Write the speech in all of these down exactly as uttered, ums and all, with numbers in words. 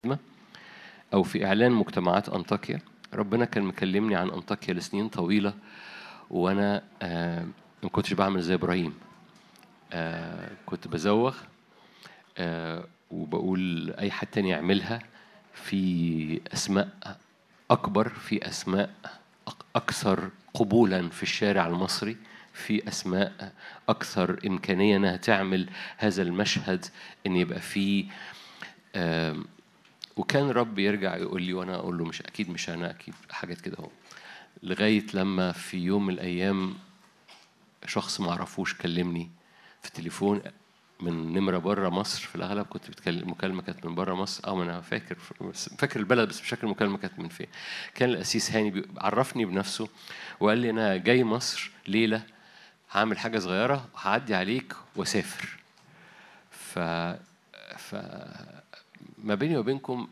أو في إعلان مجتمعات أنطاكيا. ربنا كان مكلمني عن أنطاكيا لسنين طويلة، وأنا آه ما كنتش بعمل زي إبراهيم. آه كنت بزوغ آه وبقول أي حد تاني يعملها. في أسماء أكبر، في أسماء أكثر قبولا في الشارع المصري، في أسماء أكثر إمكانية أنها تعمل هذا المشهد، أن يبقى فيه آه وكان رب يرجع يقول لي وانا اقول له مش اكيد مش انا اكيد حاجات كده اهو. لغايه لما في يوم من الايام شخص ما اعرفوش كلمني في التليفون من نمره بره مصر. في الاغلب كنت بتكلم المكالمه كانت من بره مصر، او انا فاكر فاكر البلد بس مش فاكر المكالمه كانت من فين. كان القسيس هاني عرفني بنفسه وقال لي انا جاي مصر ليله، هعمل حاجه صغيره وهعدي عليك واسافر. ف ف ما بيني وبينكم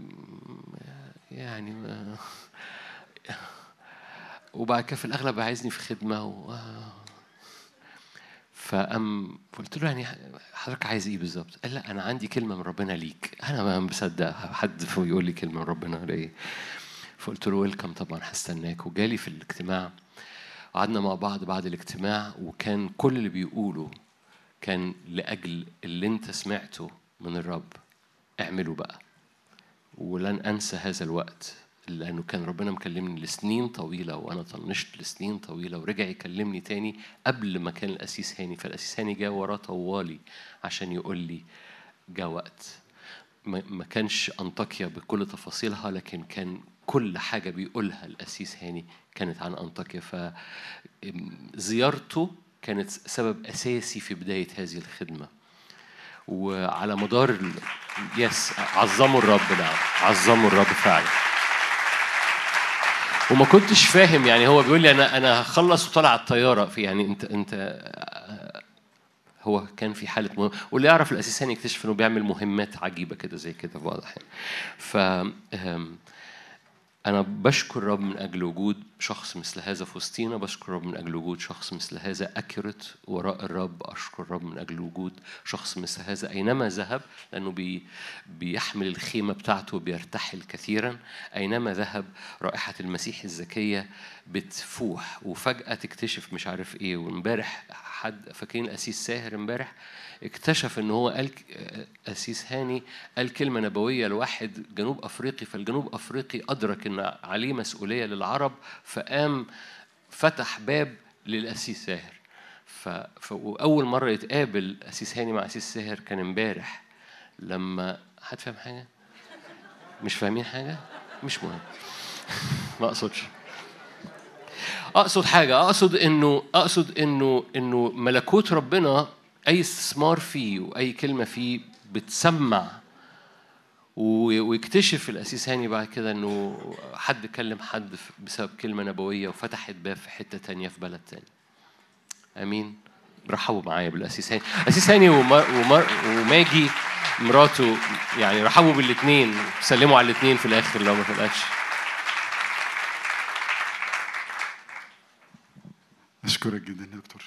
يعني وبعد كده في الأغلب عايزني في خدمة و... فأم قلت له يعني حضرتك عايز إيه بالظبط؟ قال لا أنا عندي كلمة من ربنا ليك. أنا ما بصدق حد يقول لي كلمة من ربنا ليه. فقلت له ويلكم طبعا هستناك. وجالي في الاجتماع، قعدنا مع بعض بعد الاجتماع، وكان كل اللي بيقوله كان لأجل اللي أنت سمعته من الرب اعمله بقى. ولن أنسى هذا الوقت، لأنه كان ربنا مكلمني لسنين طويلة وأنا طنشت لسنين طويلة، ورجع يكلمني تاني قبل ما كان القسيس هاني. فالقسيس هاني جاء وراه طوالي عشان يقول لي جاء وقت. ما كانش أنطاكيا بكل تفاصيلها، لكن كان كل حاجة بيقولها القسيس هاني كانت عن أنطاكيا. فزيارته كانت سبب أساسي في بداية هذه الخدمة. وعلى مدار ال... يس عظموا الرب. نعم عظموا الرب فعلا. وما كنتش فاهم يعني هو بيقول لي انا انا هخلص وطلع الطياره في يعني انت انت هو كان في حاله مهم. واللي يعرف الاساس يعني يكتشف انه بيعمل مهمات عجيبه كده زي كده واضح يعني. ف أنا بشكر رب من أجل وجود شخص مثل هذا في وسطينا. بشكر رب من أجل وجود شخص مثل هذا أكيرت وراء الرب. أشكر رب من أجل وجود شخص مثل هذا أينما ذهب، لأنه بي بيحمل الخيمة بتاعته وبيرتحل كثيرا. أينما ذهب رائحة المسيح الزكية بتفوح، وفجأة تكتشف مش عارف إيه. وامبارح حد فاكرين القسيس ساهر امبارح اكتشف ان هو قال قسيس هاني قال كلمه نبويه لواحد جنوب افريقي، فالجنوب افريقي ادرك ان عليه مسؤوليه للعرب، فقام فتح باب للقسيس ساهر. فاول مره يتقابل قسيس هاني مع قسيس ساهر كان امبارح. لما حد فاهم حاجه؟ مش فاهمين حاجه؟ مش مهم. ما اقصدش اقصد حاجه. اقصد انه اقصد انه انه ملكوت ربنا أي استثمار فيه وأي كلمة فيه بتسمع. ويكتشف القسيس هاني بعد كده إنه حد كلم حد بسبب كلمة نبوية وفتحت باب في حتة تانية في بلد تاني. أمين. رحبوا معايا بالقسيس هاني. القسيس هاني وماجي مراته يعني رحبوا بالاثنين، سلموا على الاثنين في الآخر لو ما فلقتش. أشكرك جدا يا دكتور.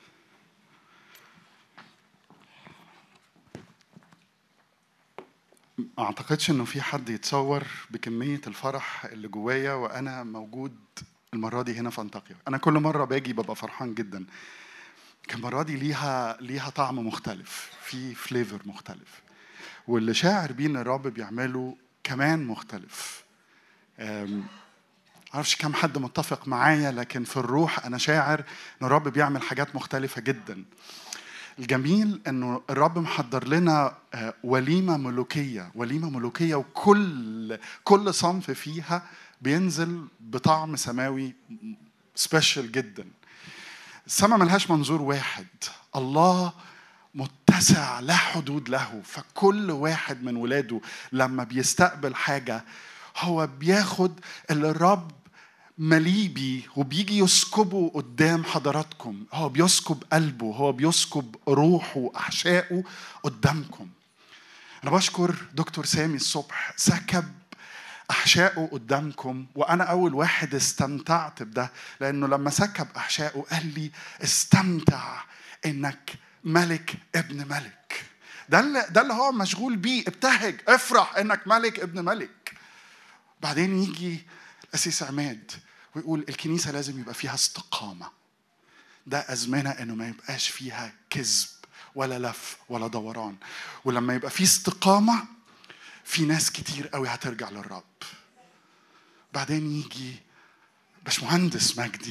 ما أعتقدش إنه في حد يتصور بكمية الفرح اللي جوايا وأنا موجود المرة دي هنا في أنطاكيا. أنا كل مرة باجي ببقى فرحان جدا. كان المرة دي ليها ليها طعم مختلف، في فليفر مختلف، واللي شاعر بيه إن الرب بيعمله كمان مختلف. معرفش كم حد متفق معايا، لكن في الروح أنا شاعر إن الرب بيعمل حاجات مختلفة جدا. الجميل انه الرب محضر لنا وليمه ملوكيه، وليمه ملوكيه، وكل كل صنف فيها بينزل بطعم سماوي سبيشال جدا. السماء ملهاش منظور واحد، الله متسع لا حدود له. فكل واحد من ولاده لما بيستقبل حاجه هو بياخد اللي الرب مليء بيه وبيجي يسكبه قدام حضراتكم. هو بيسكب قلبه، هو بيسكب روحه وأحشائه قدامكم. أنا بشكر دكتور سامي الصبح سكب أحشائه قدامكم، وأنا أول واحد استمتعت بده، لأنه لما سكب أحشائه قال لي استمتع إنك ملك ابن ملك. ده اللي ده اللي هو مشغول بيه. ابتهج، افرح انك ملك ابن ملك. بعدين يجي القسيس عماد ويقول الكنيسة لازم يبقى فيها استقامة. ده أزمنة إنه ما يبقاش فيها كذب ولا لف ولا دوران. ولما يبقى فيه استقامة في ناس كتير قوي هترجع للرب. بعدين يجي باشمهندس مجدي.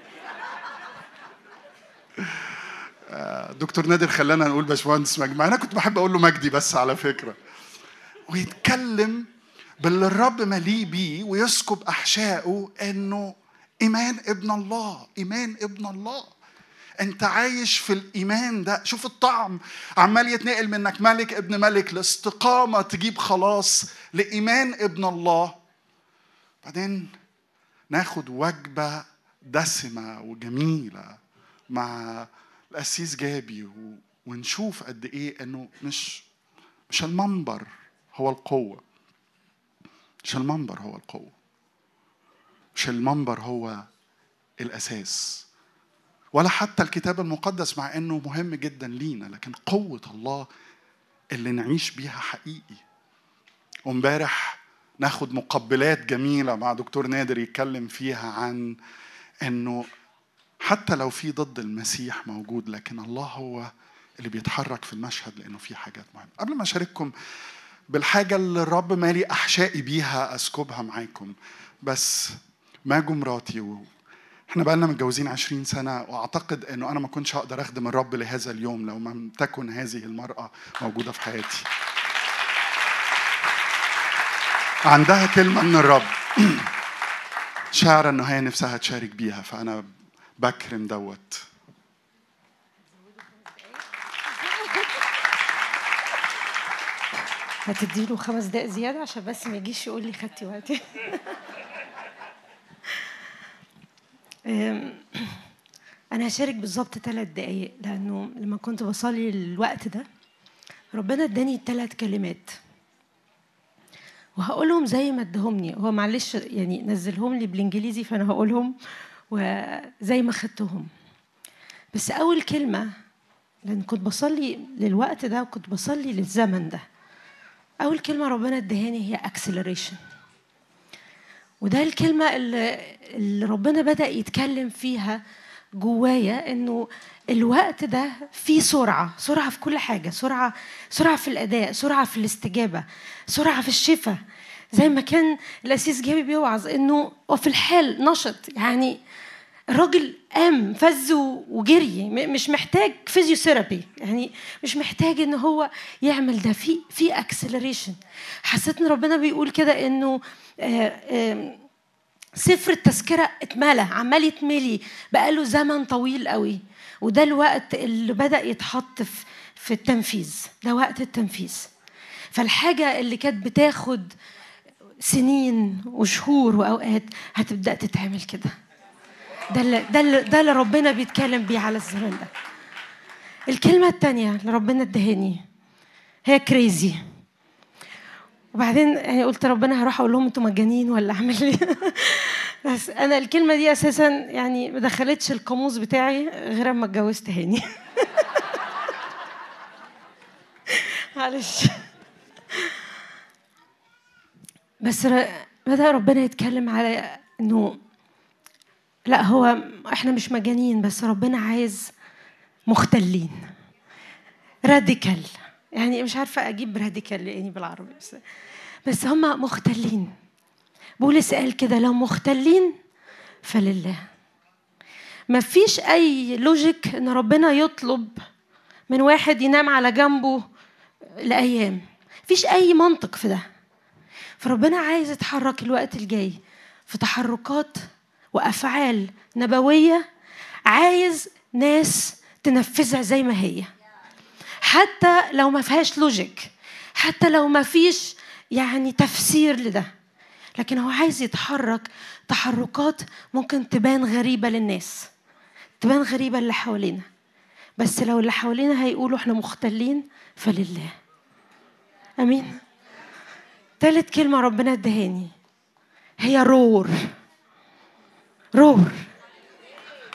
دكتور نادر خلانا نقول باشمهندس مجدي، مع أنا كنت بحب أقول له مجدي بس على فكرة. ويتكلم باللي الرب مليء بيه ويسكب أحشائه إنه إيمان ابن الله، إيمان ابن الله. أنت عايش في الإيمان ده. شوف الطعم عمال يتنقل منك ملك ابن ملك لاستقامة تجيب خلاص لإيمان ابن الله. بعدين ناخد وجبة دسمة وجميلة مع القسيس جابي ونشوف قد إيه إنه مش مش المنبر هو القوة، مش المنبر هو القوة، مش المنبر هو الأساس، ولا حتى الكتاب المقدس مع أنه مهم جدا لينا، لكن قوة الله اللي نعيش بيها حقيقي. ومبارح ناخد مقبلات جميلة مع دكتور نادر يتكلم فيها عن أنه حتى لو في ضد المسيح موجود، لكن الله هو اللي بيتحرك في المشهد لأنه في حاجات مهمة. قبل ما أشارككم بالحاجة اللي الرب مالي أحشائي بيها أسكبها معاكم، بس ماجو مراتي و... احنا بقالنا متجوزين عشرين سنة، واعتقد انه انا ما كنتش هقدر اخدم الرب لهذا اليوم لو ما تكن هذه المرأة موجودة في حياتي. عندها كلمة من الرب شعر انه هي نفسها تشارك بيها، فانا بكرم دوت. هتديله خمس دقايق زيادة عشان بس ما يجيش يقول لي خدتي وقتي. أنا هشارك بالظبط ثلاث دقايق، لأنه لما كنت بصلي الوقت ده ربنا اداني ثلاث كلمات وهقولهم زي ما ادهمني. هو معلش يعني نزلهم لي بالإنجليزي فأنا هقولهم وزي ما خدتهم. بس أول كلمة، لأن كنت بصلي للوقت ده وكنت بصلي للزمن ده، أول كلمة ربنا ادهاني هي acceleration. وده الكلمة اللي, اللي ربنا بدأ يتكلم فيها جوايا، إنه الوقت ده فيه سرعة، سرعة في كل حاجة، سرعة سرعة في الأداء، سرعة في الاستجابة، سرعة في الشفاء. زي ما كان القسيس جابي بيوعظ إنه وفي الحال نشط، يعني الراجل قام فز وجري، مش محتاج فيزيوثيرابي، يعني مش محتاج إنه هو يعمل ده. في في اكسلريشن. حسيت إن ربنا بيقول كده إنه آآ آآ سفر التذكرة اتملى، عمال يتملي بقاله زمن طويل قوي، وده الوقت اللي بدأ يتحط في في التنفيذ. ده وقت التنفيذ. فالحاجة اللي كانت بتاخد سنين وشهور وأوقات هتبدأ تتعمل كده. ده اللي ده اللي ده اللي ربنا بيتكلم بيه على الزمن ده. الكلمة التانية اللي ربنا ادهاني هي كريزي. وبعدين يعني قلت ربنا هروح اقول لهم انتوا مجانين ولا اعمل ايه؟ بس انا الكلمه دي اساسا يعني ما دخلتش القاموس بتاعي غير اما اتجوزت هاني. معلش. بس بدا ربنا يتكلم على انه لا، هو احنا مش مجانين، بس ربنا عايز مختلين، راديكال. يعني مش عارفه اجيب راديكال يعني بالعربي، بس بس هم مختلين. بولس قال كده لو مختلين فلله. ما فيش أي لوجيك إن ربنا يطلب من واحد ينام على جنبه لأيام. فيش أي منطق في ده. فربنا عايز يتحرك الوقت الجاي في تحركات وأفعال نبوية، عايز ناس تنفذها زي ما هي، حتى لو ما فيهاش لوجيك، حتى لو ما فيش يعني تفسير لده، لكن هو عايز يتحرك تحركات ممكن تبان غريبة للناس، تبان غريبة اللي حوالينا، بس لو اللي حوالينا هيقولوا احنا مختلين فلله. امين. ثالث كلمة ربنا ادهاني هي رور. رور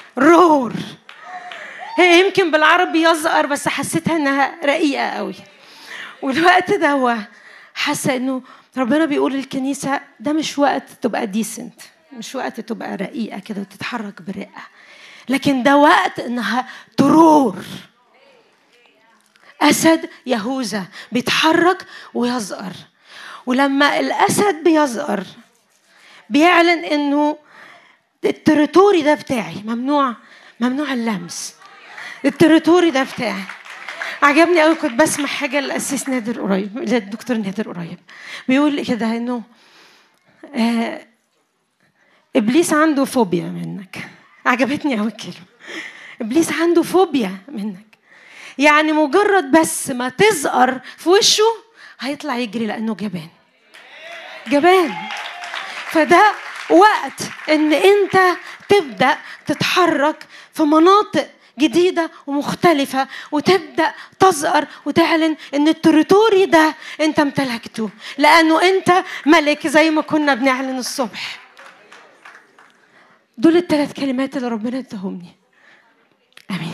رور هي يمكن بالعربي يزقر، بس حسيتها انها رقيقة قوي. والوقت ده حاسة إنه ربنا بيقول للكنيسة ده مش وقت تبقى ديسنت، مش وقت تبقى رقيقة كده وتتحرك برقة، لكن ده وقت إنها ترور. أسد يهوذا بيتحرك ويزقر، ولما الأسد بيزقر بيعلن إنه التريتوري ده بتاعي، ممنوع ممنوع اللمس، التريتوري ده بتاعي. عجبني قوي، كنت بسمع حاجة للأسيس نادر قريب، للدكتور نادر قريب، بيقول كده إنه آه إبليس عنده فوبيا منك. عجبتني قوي الكلمة، إبليس عنده فوبيا منك، يعني مجرد بس ما تزقر في وشه هيطلع يجري لأنه جبان جبان. فده وقت إن أنت تبدأ تتحرك في مناطق جديدة ومختلفة، وتبدأ تزقر وتعلن إن التريتوري ده أنت امتلكته، لأنه أنت ملك زي ما كنا بنعلن الصبح. دول الثلاث كلمات اللي ربنا اداهمني. آمين.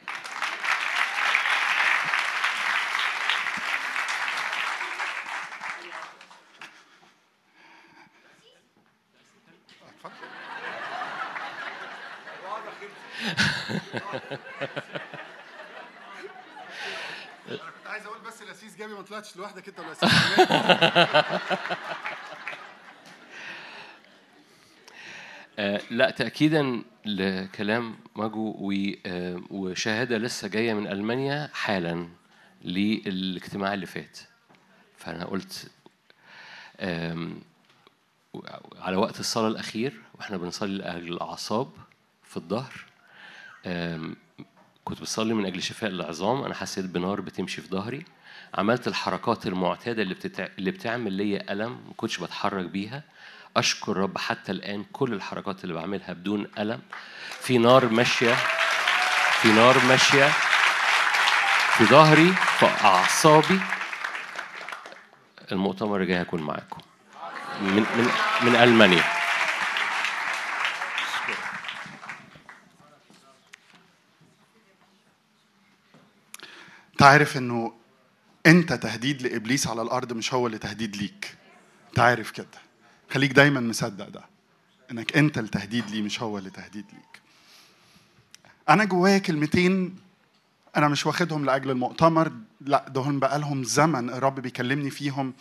كنت عايز اقول بس الاسيس جابي ما طلعتش لوحدك انت والاسيس. آه لا، تأكيدا لكلام ماجو وشهادة لسه جاية من ألمانيا حالا للاجتماع اللي فات. فأنا قلت على وقت الصلاة الأخير وإحنا بنصلي لأجل الأعصاب في الظهر، كنت بصلي من أجل شفاء العظام. أنا حسيت بنار بتمشي في ظهري، عملت الحركات المعتادة اللي, بتتع... اللي بتعمل لي ألم، ما كنتش بتحرك بيها. أشكر رب حتى الآن كل الحركات اللي بعملها بدون ألم. في نار ماشية، في نار ماشية في ظهري، في أعصابي. المؤتمر الجاي هكون معاكم من من من ألمانيا. تعرف إنه أنت تهديد لإبليس على الأرض، مش هو اللي تهديد ليك. تعرف كده، خليك دايما مصدق ده، إنك أنت التهديد ليه مش هو اللي تهديد ليك. أنا جوايا كلمتين أنا مش واخدهم لأجل المؤتمر، لا دهم بقالهم زمن الرب بيكلمني فيهم.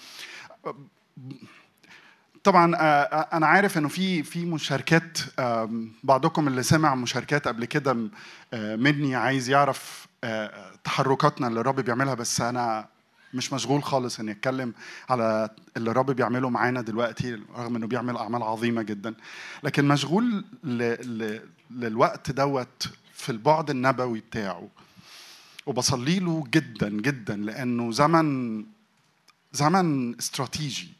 طبعا أنا عارف إنه في في مشاركات، بعضكم اللي سمع مشاركات قبل كده مني عايز يعرف تحركاتنا اللي الرب بيعملها، بس أنا مش مشغول خالص إني أتكلم على اللي الرب بيعمله معانا دلوقتي، رغم إنه بيعمل أعمال عظيمة جدا، لكن مشغول ل... ل... للوقت دوت في البعد النبوي بتاعه، وبصلي له جدا جدا لأنه زمن زمن استراتيجي.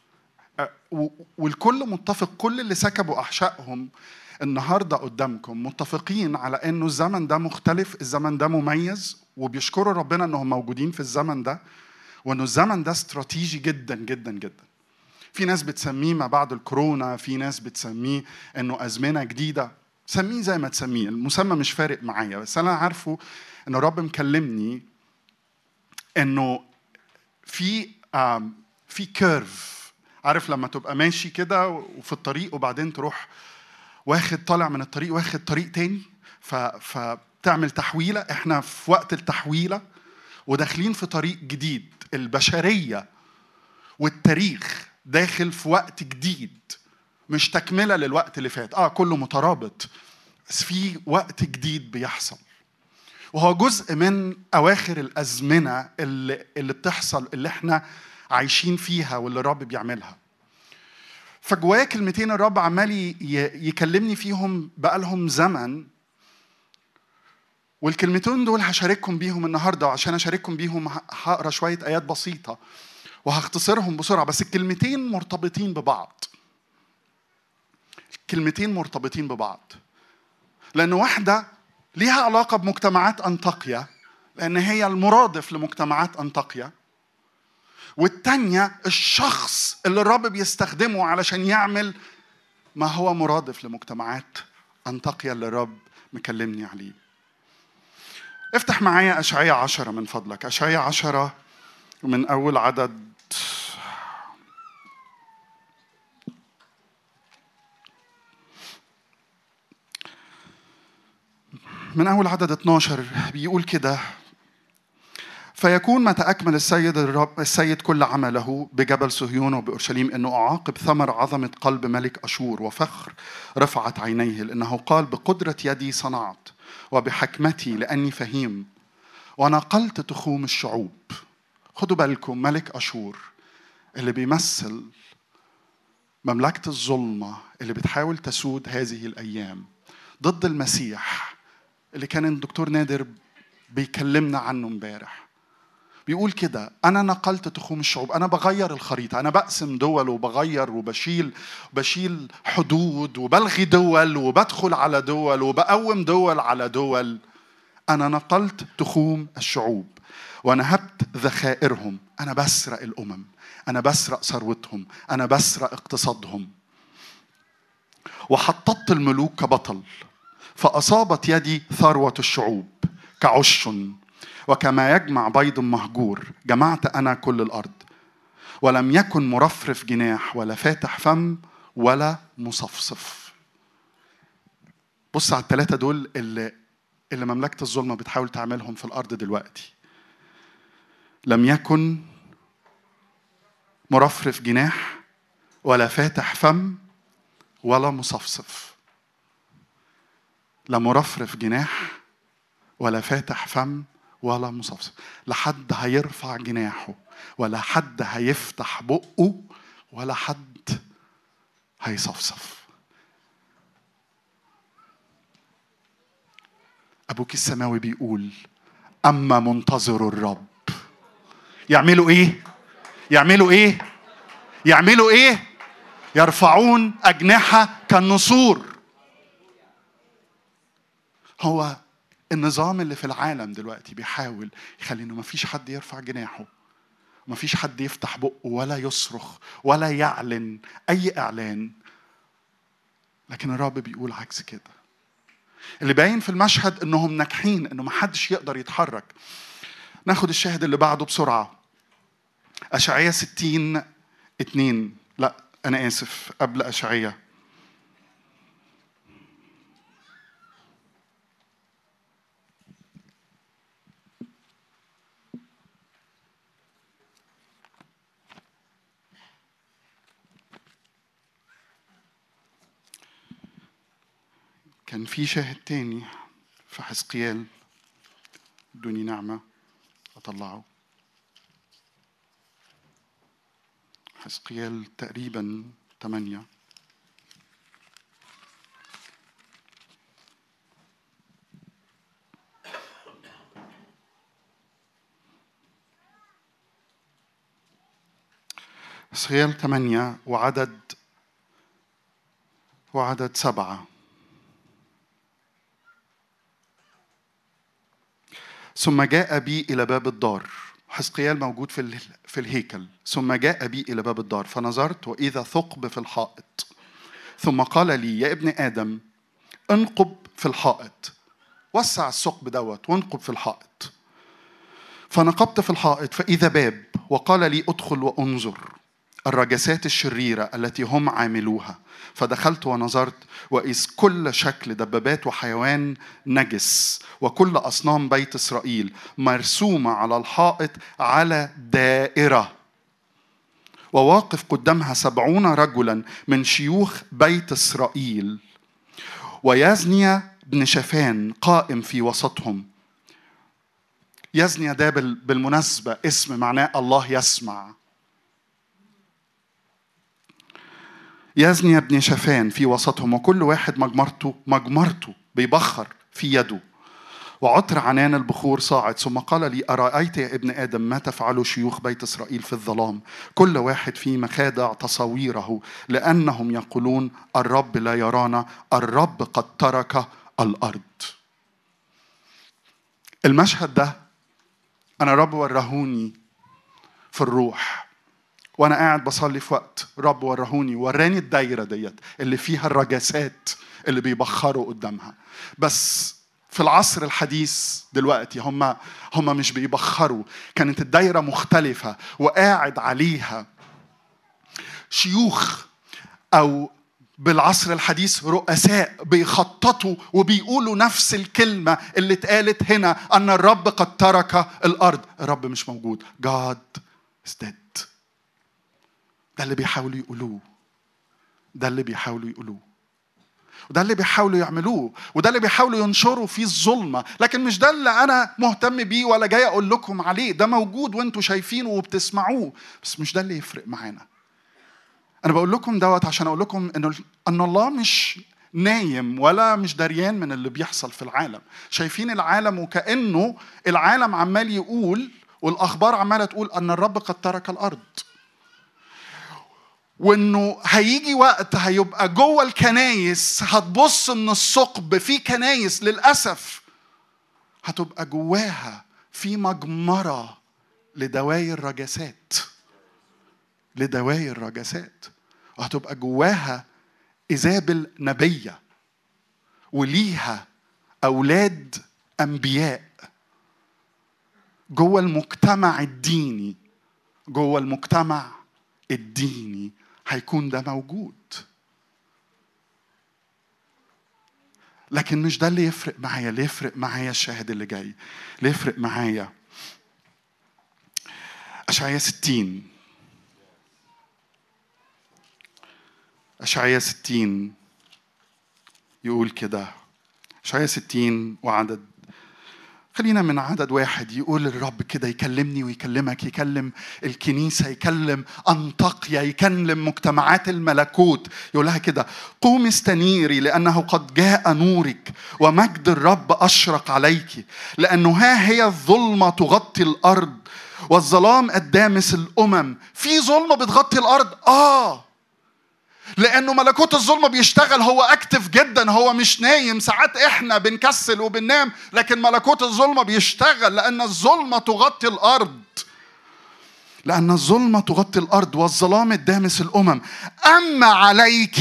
والكل متفق، كل اللي سكبوا أحشائهم النهاردة قدامكم متفقين على أنه الزمن ده مختلف، الزمن ده مميز، وبيشكروا ربنا أنهم موجودين في الزمن ده، وأنه الزمن ده استراتيجي جدا جدا جدا. في ناس بتسميه ما بعد الكورونا، في ناس بتسميه أنه أزمنة جديدة، سميه زي ما تسميه، المسمى مش فارق معايا، بس أنا عارفه أن الرب مكلمني أنه في في كيرف. عارف لما تبقى ماشي كده وفي الطريق وبعدين تروح واخد طالع من الطريق واخد طريق تاني، فبتعمل تحويلة. احنا في وقت التحويلة وداخلين في طريق جديد. البشرية والتاريخ داخل في وقت جديد، مش تكملة للوقت اللي فات. اه كله مترابط، بس في وقت جديد بيحصل، وهو جزء من أواخر الأزمنة اللي, اللي بتحصل، اللي احنا عايشين فيها واللي الرب بيعملها. فجوايا كلمتين الرب عمال يكلمني فيهم بقالهم زمن، والكلمتين دول هشارككم بيهم النهارده. وعشان اشارككم بيهم هقرا شويه ايات بسيطه وهختصرهم بسرعه، بس الكلمتين مرتبطين ببعض. الكلمتين مرتبطين ببعض لان واحده ليها علاقه بمجتمعات أنطاكيا، لان هي المرادف لمجتمعات أنطاكيا، والتانية الشخص اللي الرب بيستخدمه علشان يعمل ما هو مرادف لمجتمعات أنطاكيا اللي الرب مكلمني عليه. افتح معايا أشعياء عشرة من فضلك. أشعياء عشرة من أول عدد من أول عدد اتناشر بيقول كده: فيكون متى أكمل السيد الرب السيد كل عمله بجبل صهيون وبأورشليم أنه أعاقب ثمر عظمة قلب ملك أشور وفخر رفعت عينيه، لأنه قال بقدرة يدي صنعت وبحكمتي لأني فهيم ونقلت تخوم الشعوب. خدوا بالكم، ملك أشور اللي بيمثل مملكة الظلمة اللي بتحاول تسود هذه الأيام ضد المسيح اللي كان الدكتور نادر بيكلمنا عنه امبارح. بيقول كده: أنا نقلت تخوم الشعوب، أنا بغير الخريطة، أنا بقسم دول وبغير وبشيل بشيل حدود وبلغي دول وبدخل على دول وبقوم دول على دول. أنا نقلت تخوم الشعوب ونهبت ذخائرهم. أنا بسرق الأمم، أنا بسرق ثروتهم، أنا بسرق اقتصادهم. وحطت الملوك كبطل، فأصابت يدي ثروة الشعوب كعش، وكما يجمع بيض مهجور جمعت أنا كل الأرض، ولم يكن مرفرف جناح ولا فاتح فم ولا مصفصف. بص على الثلاثة دول اللي, اللي مملكة الظلمة بتحاول تعملهم في الأرض دلوقتي. لم يكن مرفرف جناح ولا فاتح فم ولا مصفصف. لا مرفرف جناح ولا فاتح فم ولا مصفصف. لا حد هيرفع جناحه ولا حد هيفتح بقه ولا حد هيصفصف. أبوك السماوي بيقول: أما منتظر الرب يعملوا إيه؟ يعملوا إيه؟ يعملوا إيه؟ يرفعون أجنحة كالنسور. هو النظام اللي في العالم دلوقتي بيحاول يخلي إنه مفيش حد يرفع جناحه، مفيش حد يفتح بقه ولا يصرخ ولا يعلن أي إعلان. لكن الرب بيقول عكس كده. اللي باين في المشهد إنهم ناجحين، إنه محدش يقدر يتحرك. ناخد الشاهد اللي بعده بسرعة. أشعياء ستين اتنين. لا أنا آسف، قبل أشعياء. كان في شاهد تاني في حزقيال، دوني نعمة أطلعه. حزقيال تقريبا ثمانية. حزقيال ثمانية وعدد وعدد سبعة. ثم جاء بي إلى باب الدار. حزقيال موجود في في الهيكل. ثم جاء بي إلى باب الدار فنظرت وإذا ثقب في الحائط. ثم قال لي: يا ابن آدم انقب في الحائط. وسع الثقب دوت وانقب في الحائط. فنقبت في الحائط فإذا باب، وقال لي: ادخل وانظر الرجسات الشريرة التي هم عاملوها. فدخلت ونظرت وإذ كل شكل دبابات وحيوان نجس وكل أصنام بيت إسرائيل مرسومة على الحائط على دائرة، وواقف قدامها سبعون رجلا من شيوخ بيت إسرائيل، ويزنيا بن شفان قائم في وسطهم. يزنيا ده بالمناسبة اسم معناه الله يسمع. يزنيا بن شفان في وسطهم، وكل واحد مجمرته مجمرته بيبخر في يده، وعطر عنان البخور صاعد. ثم قال لي: أرأيت يا ابن آدم ما تفعل شيوخ بيت إسرائيل في الظلام؟ كل واحد في مخادع تصويره، لأنهم يقولون الرب لا يرانا، الرب قد ترك الأرض. المشهد ده أنا رب ورهوني في الروح وأنا قاعد بصلي في وقت. رب ورهوني وراني الدايرة ديت اللي فيها الرجسات اللي بيبخروا قدامها. بس في العصر الحديث دلوقتي هم هم مش بيبخروا، كانت الدايرة مختلفة وقاعد عليها شيوخ أو بالعصر الحديث رؤساء بيخططوا وبيقولوا نفس الكلمة اللي اتقالت هنا، أن الرب قد ترك الأرض. الرب مش موجود. God is dead. ده اللي بيحاولوا يقولوه، ده اللي بيحاولوا يقولوه، وده اللي بيحاولوا يعملوه، وده اللي بيحاولوا ينشروا فيه الظلمة. لكن مش ده اللي أنا مهتم بيه ولا جاي أقول لكم عليه. ده موجود وانتوا شايفينه وبتسمعوه، بس مش ده اللي يفرق معانا. أنا بقول لكم دوت عشان أقول لكم إنه أن الله مش نايم ولا مش دريان من اللي بيحصل في العالم. شايفين العالم وكأنه العالم عمال يقول والأخبار عمالة تقول أن الرب قد ترك الأرض، وإنه هيجي وقت هيبقى جوه الكنايس هتبص من الثقب في كنايس للأسف هتبقى جواها في مجمرة لدواير رجسات، لدواير رجسات، وهتبقى جواها إيزابل نبية وليها أولاد أنبياء. جوه المجتمع الديني، جوه المجتمع الديني هيكون ده موجود. لكن مش ده اللي يفرق معايا. اللي يفرق معايا الشاهد اللي جاي. اللي يفرق معايا أشعياء ستين. أشعياء ستين يقول كده. أشعياء ستين وعدد، خلينا من عدد واحد. يقول الرب كده يكلمني ويكلمك، يكلم الكنيسة، يكلم أنطاكيا، يكلم مجتمعات الملكوت. يقول لها كده: قوم استنيري لأنه قد جاء نورك ومجد الرب أشرق عليك، لأنه ها هي الظلمة تغطي الأرض والظلام الدامس الأمم. في ظلمة بتغطي الأرض؟ آه، لأنه ملكوت الظلمة بيشتغل، هو أكتف جدا، هو مش نايم. ساعات إحنا بنكسل وبننام، لكن ملكوت الظلمة بيشتغل، لأن الظلمة تغطي الأرض، لأن الظلمة تغطي الأرض والظلام الدامس الأمم. أما عليك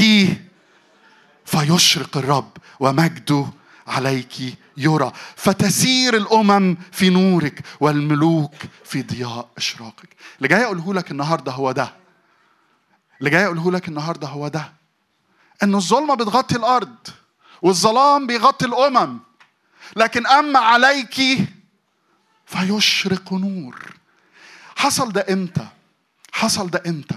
فيشرق الرب ومجده عليك يرى، فتسير الأمم في نورك والملوك في ضياء إشراقك. اللي جاي أقوله لك النهاردة هو ده. اللي جاي أقوله لك النهاردة هو ده، إن الظلمة بتغطي الأرض والظلام بيغطي الأمم، لكن أما عليك فيشرق نور. حصل ده إمتى؟ حصل ده إمتى؟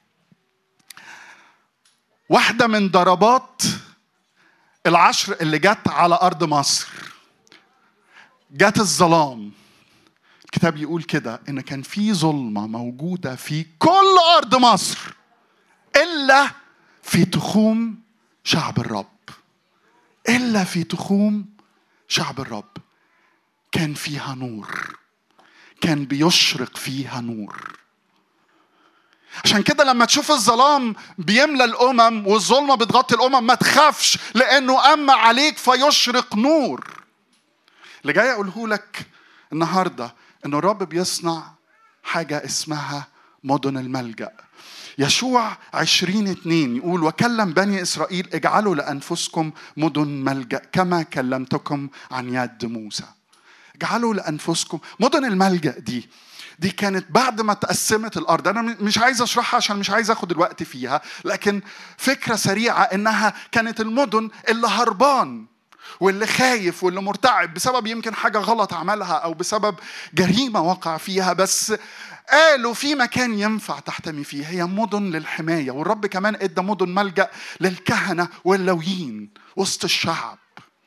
واحدة من ضربات العشر اللي جت على أرض مصر جت الظلام. الكتاب يقول كده إن كان في ظلمة موجودة في كل أرض مصر إلا في تخوم شعب الرب. إلا في تخوم شعب الرب كان فيها نور، كان بيشرق فيها نور. عشان كده لما تشوف الظلام بيملى الأمم والظلمة بتغطي الأمم ما تخافش، لأنه أما عليك فيشرق نور. اللي جاي أقوله لك النهاردة إنه الرب بيصنع حاجة اسمها مدن الملجأ. يشوع عشرين اتنين يقول: وكلم بني إسرائيل اجعلوا لأنفسكم مدن ملجأ كما كلمتكم عن يد موسى. اجعلوا لأنفسكم مدن الملجأ. دي دي كانت بعد ما تقسمت الأرض. أنا مش عايز أشرحها عشان مش عايز أخد الوقت فيها، لكن فكرة سريعة إنها كانت المدن اللي هربان واللي خايف واللي مرتعب بسبب يمكن حاجة غلط عملها أو بسبب جريمة وقع فيها، بس قالوا في مكان ينفع تحتمي فيه. هي مدن للحماية. والرب كمان ادى مدن ملجأ للكهنة واللويين وسط الشعب.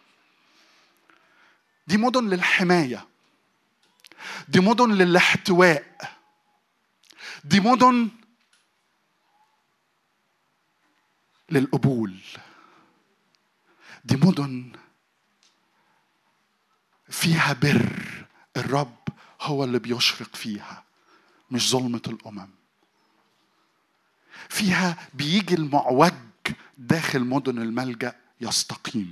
دي مدن للحماية، دي مدن للاحتواء، دي مدن للقبول، دي مدن فيها بر. الرب هو اللي بيشرق فيها، مش ظلمة الأمم. فيها بيجي المعوج داخل مدن الملجأ يستقيم،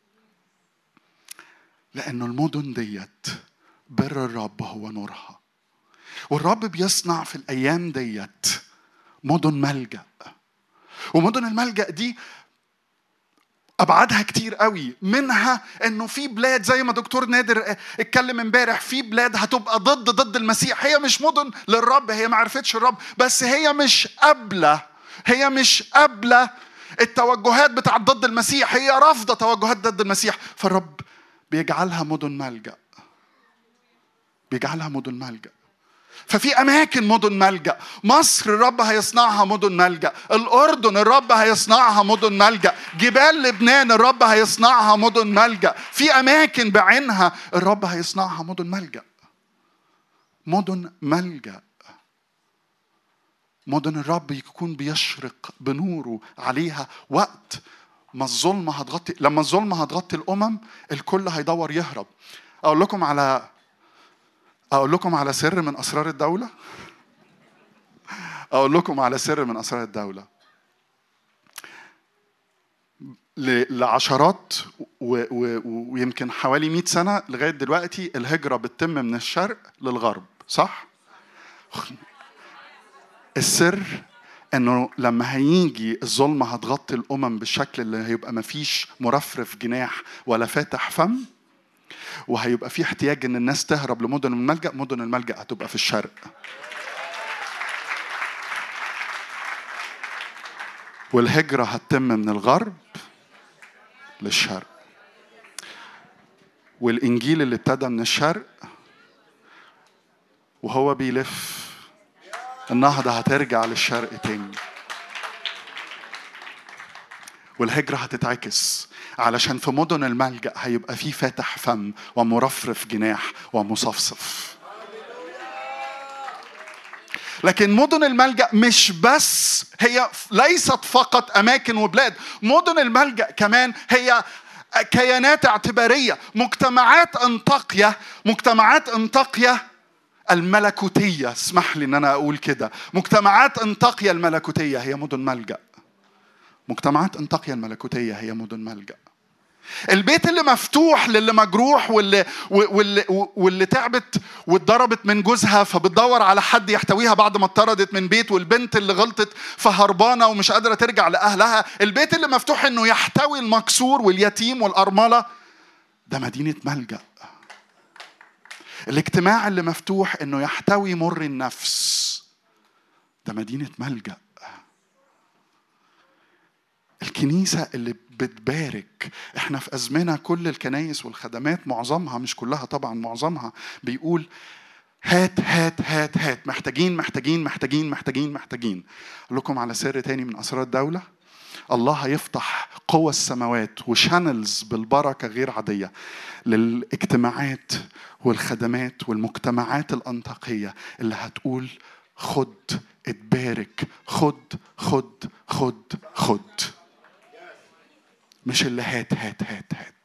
لأنه المدن ديت بر الرب هو نورها. والرب بيصنع في الأيام ديت مدن ملجأ. ومدن الملجأ دي أبعادها كتير قوي، منها إنه في بلاد زي ما دكتور نادر اتكلم امبارح، في بلاد هتبقى ضد ضد المسيح. هي مش مدن للرب، هي ما عرفتش الرب، بس هي مش قابلة هي مش قابلة التوجهات بتاعت ضد المسيح، هي رافضة توجهات ضد المسيح. فالرب بيجعلها مدن ملجأ، بيجعلها مدن ملجأ. ففي أماكن مدن ملجأ. مصر الرب هيصنعها مدن ملجأ، الأردن الرب هيصنعها مدن ملجأ، جبال لبنان الرب هيصنعها مدن ملجأ. في أماكن بعينها الرب هيصنعها مدن ملجأ. مدن ملجأ، مدن الرب يكون بيشرق بنوره عليها وقت ما الظلمة هتغطي. لما الظلمة هتغطي الأمم الكل هيدور يهرب. أقول لكم على أقول لكم على سر من أسرار الدولة. أقول لكم على سر من أسرار الدولة. لعشرات ويمكن حوالي مئة سنة لغاية دلوقتي الهجرة بتتم من الشرق للغرب، صح؟ السر إنه لما هيجي الظلمة هتغطي الأمم بالشكل اللي هيبقى مفيش مرفرف جناح ولا فاتح فم، وهيبقى في احتياج ان الناس تهرب لمدن الملجأ. مدن الملجأ هتبقى في الشرق، والهجرة هتتم من الغرب للشرق، والإنجيل اللي ابتدى من الشرق وهو بيلف النهضة هترجع للشرق تاني، والهجرة هتتعكس. علشان في مدن الملجأ هيبقى فيه فاتح فم ومرفرف جناح ومصفصف. لكن مدن الملجأ مش بس، هي ليست فقط أماكن وبلاد. مدن الملجأ كمان هي كيانات اعتبارية. مجتمعات أنطاكيا، مجتمعات أنطاكيا الملكوتية، اسمح لي ان انا اقول كده، مجتمعات أنطاكيا الملكوتية هي مدن ملجأ. مجتمعات أنطاكيا الملكوتية هي مدن ملجأ. البيت اللي مفتوح للي مجروح واللي واللي واللي تعبت واتضربت من جوزها فبتدور على حد يحتويها بعد ما اتطردت من بيت، والبنت اللي غلطت فهربانه ومش قادره ترجع لاهلها. البيت اللي مفتوح انه يحتوي المكسور واليتيم والارمله، ده مدينه ملجأ. الاجتماع اللي مفتوح انه يحتوي مر النفس، ده مدينه ملجأ. الكنيسة اللي بتبارك. احنا في أزمنة كل الكنايس والخدمات معظمها، مش كلها طبعا، معظمها بيقول هات هات هات هات، محتاجين محتاجين محتاجين محتاجين محتاجين. أقول لكم على سر تاني من أسرار الدولة. الله هيفتح قوى السماوات وشانلز بالبركة غير عادية للاجتماعات والخدمات والمجتمعات الأنطاكية اللي هتقول خد اتبارك، خد خد خد خد، مش اللي هات هات هات هات.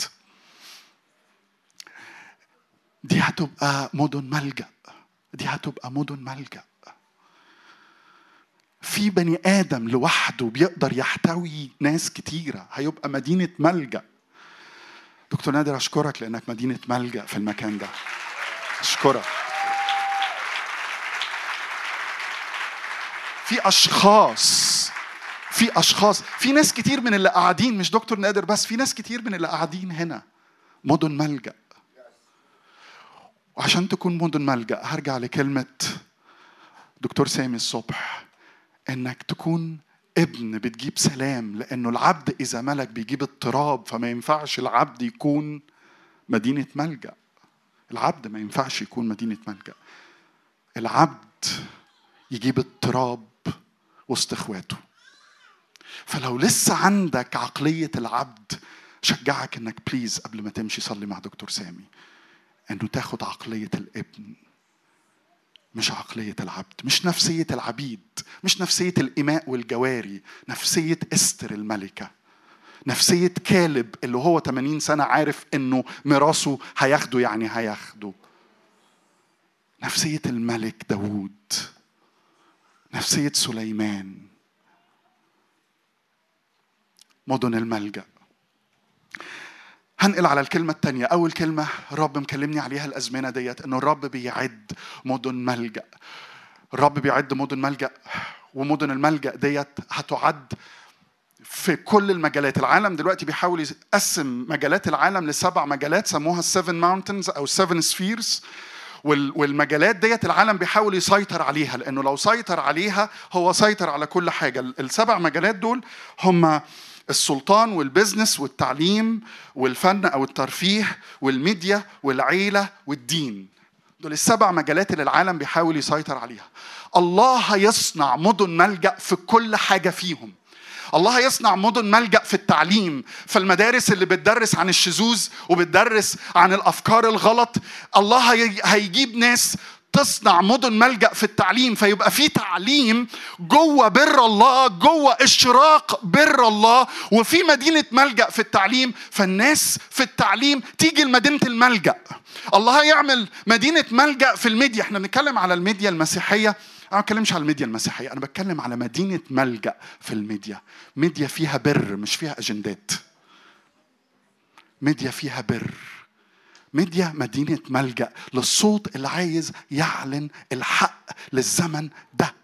دي هتبقى مدن ملجأ، دي هتبقى مدن ملجأ. في بني آدم لوحده بيقدر يحتوي ناس كتيرة، هيبقى مدينة ملجأ. دكتور نادر أشكرك لأنك مدينة ملجأ في المكان ده. أشكرك. في أشخاص في أشخاص في ناس كتير من اللي قاعدين، مش دكتور نادر بس، في ناس كتير من اللي قاعدين هنا مدن ملجأ. وعشان تكون مدن ملجأ هرجع لكلمة دكتور سامي الصبح، إنك تكون ابن بتجيب سلام، لأنه العبد إذا ملك بيجيب اضطراب، فما ينفعش العبد يكون مدينة ملجأ. العبد ما ينفعش يكون مدينة ملجأ. العبد يجيب اضطراب وسط اخواته. فلو لسه عندك عقلية العبد، شجعك انك بليز قبل ما تمشي صلي مع دكتور سامي انه تاخد عقلية الابن، مش عقلية العبد، مش نفسية العبيد، مش نفسية الإماء والجواري، نفسية استر الملكة، نفسية كالب اللي هو ثمانين سنة عارف انه ميراثه هياخده، يعني هياخده. نفسية الملك داود، نفسية سليمان. مدن الملجأ. هنقل على الكلمة التانية. أول كلمة الرب مكلمني عليها الأزمنة ديت، إنه الرب بيعد مدن ملجأ. الرب بيعد مدن ملجأ، ومدن الملجأ ديت هتعد في كل المجالات. العالم دلوقتي بيحاول يقسم مجالات العالم لسبع مجالات سموها السيفن ماونتنز أو السيفن سفيرز، والمجالات ديت العالم بيحاول يسيطر عليها، لأنه لو سيطر عليها هو سيطر على كل حاجة. السبع مجالات دول هم السلطان والبزنس والتعليم والفن أو الترفيه والميديا والعيلة والدين. دول السبع مجالات اللي العالم بيحاول يسيطر عليها. الله يصنع مدن ملجأ في كل حاجة فيهم. الله يصنع مدن ملجأ في التعليم، فالمدارس اللي بتدرس عن الشذوذ وبتدرس عن الأفكار الغلط، الله هيجيب ناس تصنع مدن ملجأ في التعليم، فيبقى في تعليم جوه بر الله، جوه اشراق بر الله، وفي مدينة ملجأ في التعليم، فالناس في التعليم تيجي لمدينة الملجأ. الله يعمل مدينة ملجأ في الميديا. احنا بنتكلم على الميديا المسيحية، أنا ما بتكلمش على الميديا المسيحية، أنا بتكلم على مدينة ملجأ في الميديا. ميديا فيها بر مش فيها أجندات. ميديا فيها بر. ميديا مدينة ملجأ للصوت اللي عايز يعلن الحق للزمن ده.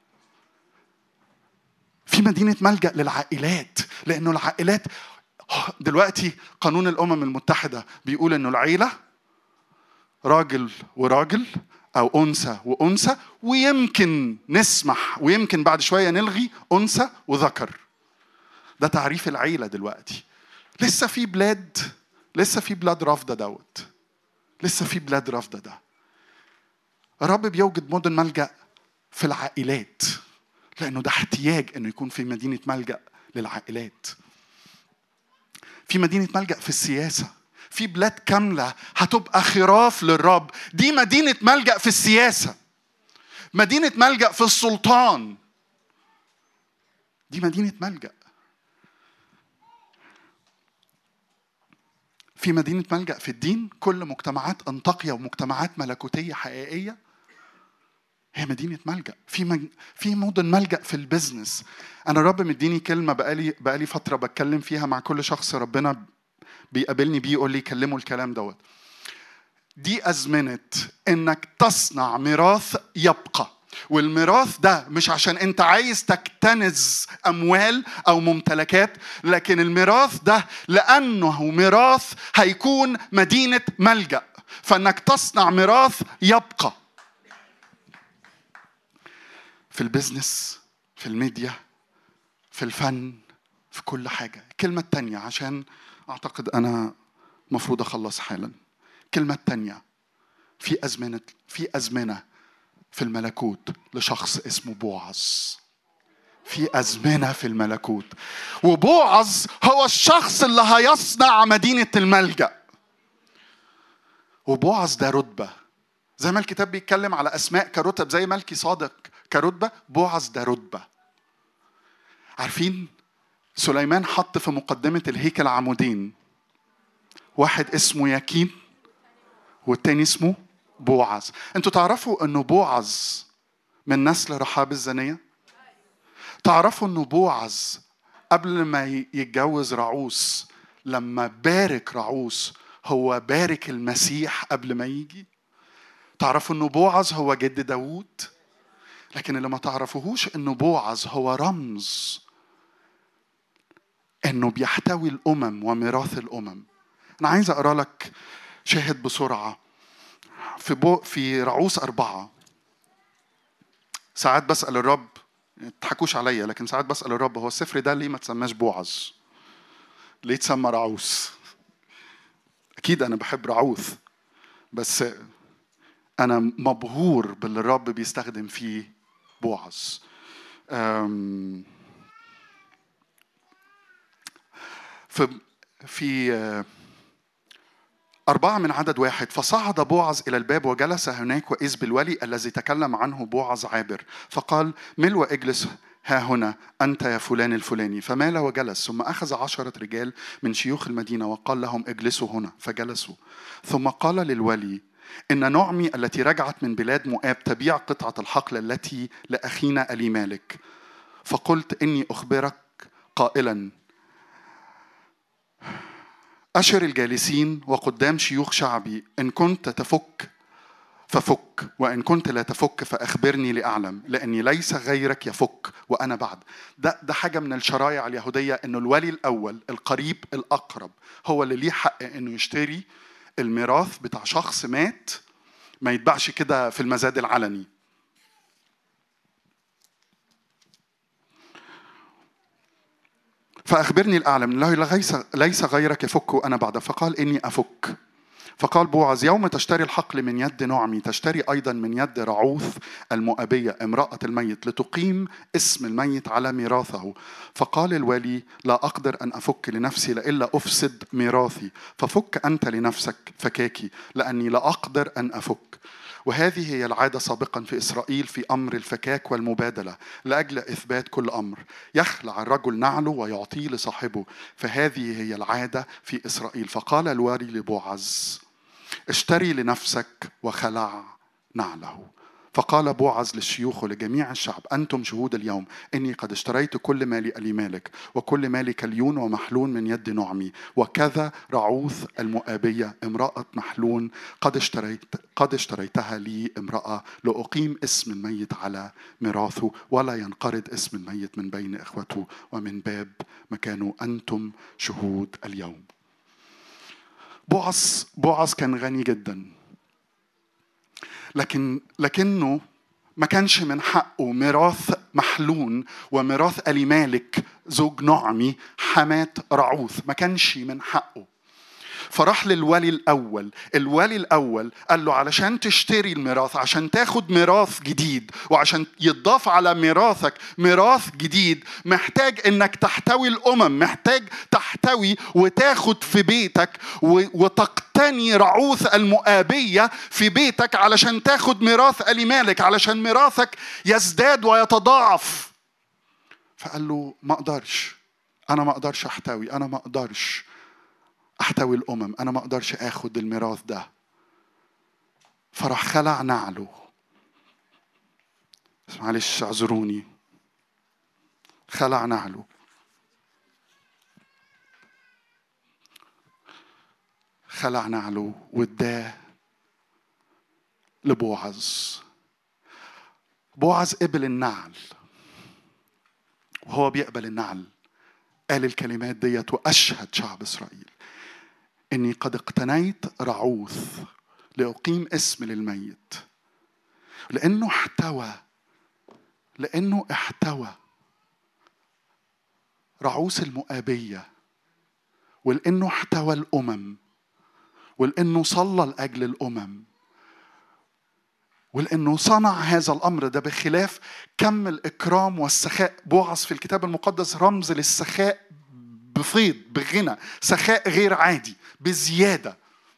في مدينة ملجأ للعائلات، لأنه العائلات دلوقتي قانون الأمم المتحدة بيقول أنه العيلة راجل وراجل أو أنثى وأنثى، ويمكن نسمح ويمكن بعد شوية نلغي أنثى وذكر. ده تعريف العيلة دلوقتي. لسه في بلاد لسه في بلاد رافضة دوت لسه في بلاد رافضة ده. الرب بيوجد مدن ملجأ في العائلات، لأنه ده احتياج أنه يكون في مدينة ملجأ للعائلات. في مدينة ملجأ في السياسة، في بلاد كاملة هتبقى خراف للرب. دي مدينة ملجأ في السياسة. مدينة ملجأ في السلطان، دي مدينة ملجأ. في مدينة ملجأ في الدين. كل مجتمعات أنطاكيا ومجتمعات ملكوتية حقيقية هي مدينة ملجأ. في مج... في مدن ملجأ في البزنس. أنا الرب مديني كلمة بقالي بقالي فترة بتكلم فيها مع كل شخص ربنا بيقابلني بيه يقول لي كلموا الكلام دوت. دي أزمنة إنك تصنع ميراث يبقى، والميراث ده مش عشان أنت عايز تكتنز أموال أو ممتلكات، لكن الميراث ده لأنه ميراث هيكون مدينة ملجأ، فإنك تصنع ميراث يبقى في البزنس، في الميديا، في الفن، في كل حاجة. الكلمة التانية عشان أعتقد أنا مفروض أخلص حالا. الكلمة التانية، في أزمنة في أزمنة في الملكوت لشخص اسمه بوعز. في أزمنة في الملكوت، وبوعز هو الشخص اللي هيصنع مدينة الملجأ. وبوعز ده رتبة، زي ما الكتاب بيتكلم على أسماء كرتب، زي ملكي صادق كرتبة، بوعز ده رتبة. عارفين سليمان حط في مقدمة الهيكل عمودين، واحد اسمه يكين والتاني اسمه بوعز. انتوا تعرفوا انه بوعز من نسل رحاب الزانية؟ تعرفوا انه بوعز قبل ما يتجوز رعوس، لما بارك رعوس هو بارك المسيح قبل ما يجي؟ تعرفوا انه بوعز هو جد داود؟ لكن اللي ما تعرفوهوش انه بوعز هو رمز انه بيحتوي الامم وميراث الامم. انا عايز اقرا لك شاهد بسرعه في بو في رعوس أربعة. ساعات بسأل الرب، تضحكوش عليا، لكن ساعات بسأل الرب هو السفر ده ليه ما تسماش بوعز؟ ليه تسمى رعوس؟ أكيد أنا بحب رعوث، بس أنا مبهور باللي الرب بيستخدم فيه بوعز. في في أربعة من عدد واحد، فصعد بوعز إلى الباب وجلس هناك، وإذ بالولي الذي تكلم عنه بوعز عابر، فقال مل واجلس ها هنا أنت يا فلان الفلاني، فمال وجلس. ثم أخذ عشرة رجال من شيوخ المدينة وقال لهم اجلسوا هنا، فجلسوا. ثم قال للولي إن نعمي التي رجعت من بلاد مؤاب تبيع قطعة الحقل التي لأخينا ألي مالك. فقلت إني أخبرك قائلا أشر الجالسين وقدام شيوخ شعبي إن كنت تفك ففك، وإن كنت لا تفك فأخبرني لأعلم، لأني ليس غيرك يفك وأنا بعد. ده ده حاجة من الشرائع اليهودية، إنه الولي الأول القريب الأقرب هو اللي ليه حق إنه يشتري الميراث بتاع شخص مات، ما يتباعش كده في المزاد العلني. فأخبرني الأعلم، ليس ليس غيرك يفك وأنا بعد. فقال إني أفك. فقال بوعز: يوم تشتري الحقل من يد نعمي تشتري أيضا من يد رعوث المؤبية امرأة الميت لتقيم اسم الميت على ميراثه. فقال الوالي: لا أقدر أن أفك لنفسي إلا أفسد ميراثي، ففك أنت لنفسك فكاكي، لأني لا أقدر أن أفك. وهذه هي العادة سابقا في إسرائيل في أمر الفكاك والمبادلة، لأجل إثبات كل أمر يخلع الرجل نعله ويعطيه لصاحبه، فهذه هي العادة في إسرائيل. فقال الوالي لبوعز: اشتري لنفسك، وخلع نعله. فقال بوعز للشيوخ ولجميع الشعب: أنتم شهود اليوم إني قد اشتريت كل مالي أليمالك وكل مالي كليون ومحلون من يد نعمي، وكذا رعوث المؤابية امرأة محلون قد اشتريت قد اشتريتها لي امرأة، لأقيم اسم الميت على ميراثه، ولا ينقرض اسم الميت من بين إخوته ومن باب مكانه. أنتم شهود اليوم. بوعز بوعز كان غني جدا، لكن لكنه ما كانش من حقه ميراث محلون وميراث أليمالك زوج نعمي حماة رعوث، ما كانش من حقه. فراح للولي الأول. الولي الأول قال له: علشان تشتري الميراث، عشان تاخد ميراث جديد، وعشان يضاف على ميراثك ميراث جديد، محتاج انك تحتوي الأمم، محتاج تحتوي وتاخد في بيتك وتقتني رعوث المؤابية في بيتك علشان تاخد ميراث أليمالك، علشان ميراثك يزداد ويتضاعف. فقال له: ما أقدرش، أنا ما أقدرش أحتوي، أنا ما أقدرش أحتوي الأمم، أنا ما أقدرش أخد الميراث ده. فراح خلع نعله. معلش اعذروني. خلع نعله، خلع نعله واداه لبوعز. بوعز قبل النعل، وهو بيقبل النعل قال الكلمات ديت: وأشهد شعب إسرائيل إني قد اقتنيت رعوث لأقيم اسم للميت. لأنه احتوى لأنه احتوى رعوث المؤابية، ولأنه احتوى الأمم، ولأنه صلى لأجل الأمم، ولأنه صنع هذا الأمر ده بخلاف كم الإكرام والسخاء. بوعز في الكتاب المقدس رمز للسخاء بفيض، بغنى، سخاء غير عادي، بزيادة.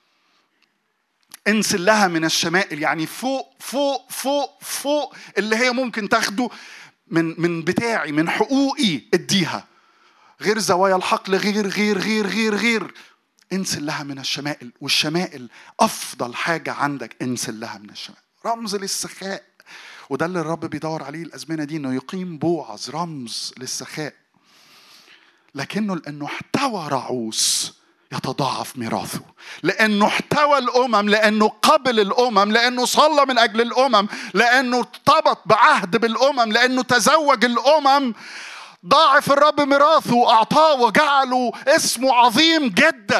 انسل لها من الشمائل، يعني فوق فوق فوق فوق اللي هي ممكن تاخده من من بتاعي، من حقوقي اديها، غير زوايا الحقل، غير غير غير غير غير انسل لها من الشمائل. والشمائل أفضل حاجة عندك، انسل لها من الشمائل، رمز للسخاء. وده اللي الرب بيدور عليه الأزمنة دي، إنه يقيم بوعز رمز للسخاء، لكنه لأنه احتوى رعوث يتضاعف ميراثه، لأنه احتوى الأمم، لأنه قبل الأمم، لأنه صلى من أجل الأمم، لأنه ارتبط بعهد بالأمم، لأنه تزوج الأمم. ضاعف الرب ميراثه وأعطاه وجعله اسمه عظيم جدا.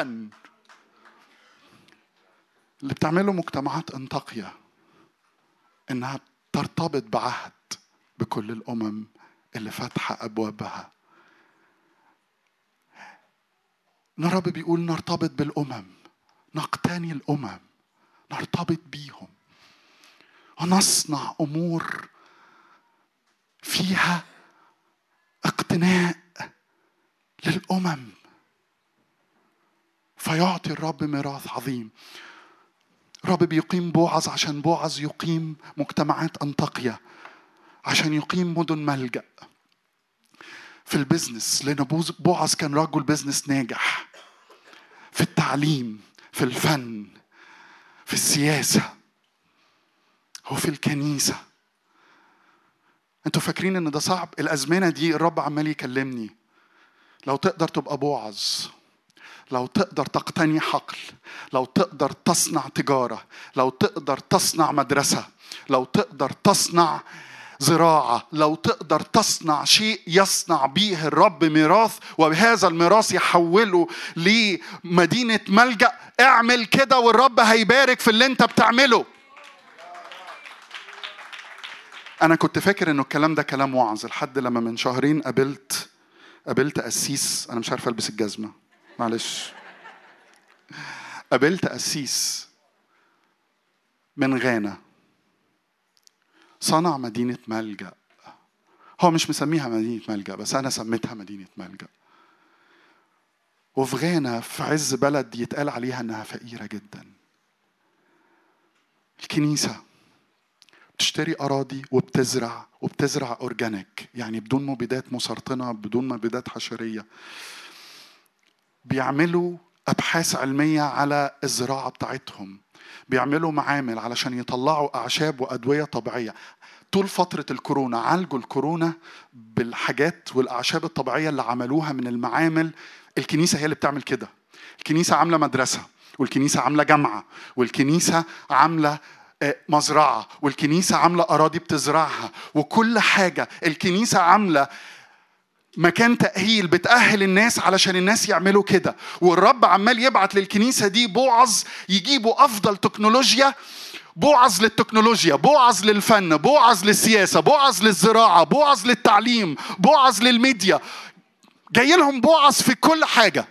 اللي بتعمله مجتمعات أنطاكيا إنها ترتبط بعهد بكل الأمم اللي فاتحة أبوابها. الرب بيقول نرتبط بالأمم، نقتني الأمم، نرتبط بيهم، ونصنع أمور فيها اقتناء للأمم، فيعطي الرب ميراث عظيم. الرب بيقيم بوعز عشان بوعز يقيم مجتمعات أنطاكيا، عشان يقيم مدن ملجأ في البزنس، لأن بوعز كان رجل بزنس ناجح في التعليم، في الفن، في السياسة، وفي الكنيسة. انتوا فاكرين ان ده صعب؟ الأزمنة دي الرب عمال يكلمني: لو تقدر تبقى بوعز، لو تقدر تقتني حقل، لو تقدر تصنع تجارة، لو تقدر تصنع مدرسة، لو تقدر تصنع زراعة، لو تقدر تصنع شيء يصنع به الرب ميراث، وبهذا الميراث يحوله لمدينة ملجأ، اعمل كده والرب هيبارك في اللي انت بتعمله. أنا كنت فاكر إنه الكلام ده كلام وعظ لحد لما من شهرين قابلت قابلت قسيس. أنا مش عارف ألبس الجزمة، معلش. قابلت قسيس من غانا صنع مدينة ملجأ. هو مش مسميها مدينة ملجأ، بس أنا سميتها مدينة ملجأ. وفي غانا في عز بلد يتقال عليها إنها فقيرة جدا، الكنيسة بتشتري أراضي وبتزرع وبتزرع أورجانيك، يعني بدون مبيدات مسرطنة، بدون مبيدات حشرية. بيعملوا أبحاث علمية على الزراعة بتاعتهم، بيعملوا معامل علشان يطلعوا أعشاب وأدوية طبيعية. طول فترة الكورونا عالجوا الكورونا بالحاجات والأعشاب الطبيعية اللي عملوها من المعامل. الكنيسة هي اللي بتعمل كده. الكنيسة عاملة مدرسة، والكنيسة عاملة جامعة، والكنيسة عاملة مزرعة، والكنيسة عاملة أراضي بتزرعها، وكل حاجة. الكنيسة عاملة مكان تأهيل بتأهل الناس علشان الناس يعملوا كده. والرب عمال يبعت للكنيسة دي بوعظ يجيبوا أفضل تكنولوجيا، بوعظ للتكنولوجيا، بوعظ للفن، بوعظ للسياسة، بوعظ للزراعة، بوعظ للتعليم، بوعظ للميديا. جاي لهم بوعظ في كل حاجة.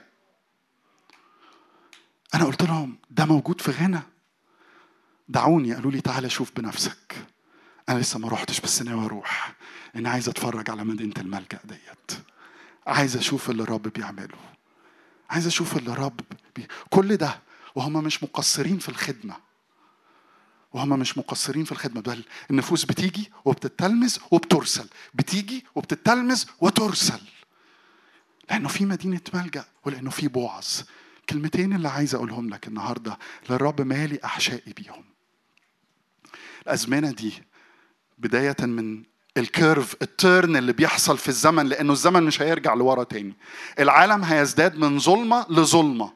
أنا قلت لهم ده موجود في غانا؟ دعوني. قالوا لي تعالى شوف بنفسك. أنا لسه ما روحتش بس ناوي أروح. أنا عايز أتفرج على مدينة الملجأ ديت، عايز أشوف اللي الرب بيعمله، عايز أشوف اللي الرب بي... كل ده وهم مش مقصرين في الخدمة، وهم مش مقصرين في الخدمة. بل النفوس بتيجي وبتتلمس وبترسل، بتيجي وبتتلمس وترسل، لأنه في مدينة ملجأ ولأنه في بوعظ. كلمتين اللي عايز أقولهم لك النهاردة للرب مالي أحشائي بيهم. الأزمنة دي بداية من الكيرف التيرن اللي بيحصل في الزمن، لأنه الزمن مش هيرجع لورا تاني. العالم هيزداد من ظلمة لظلمة،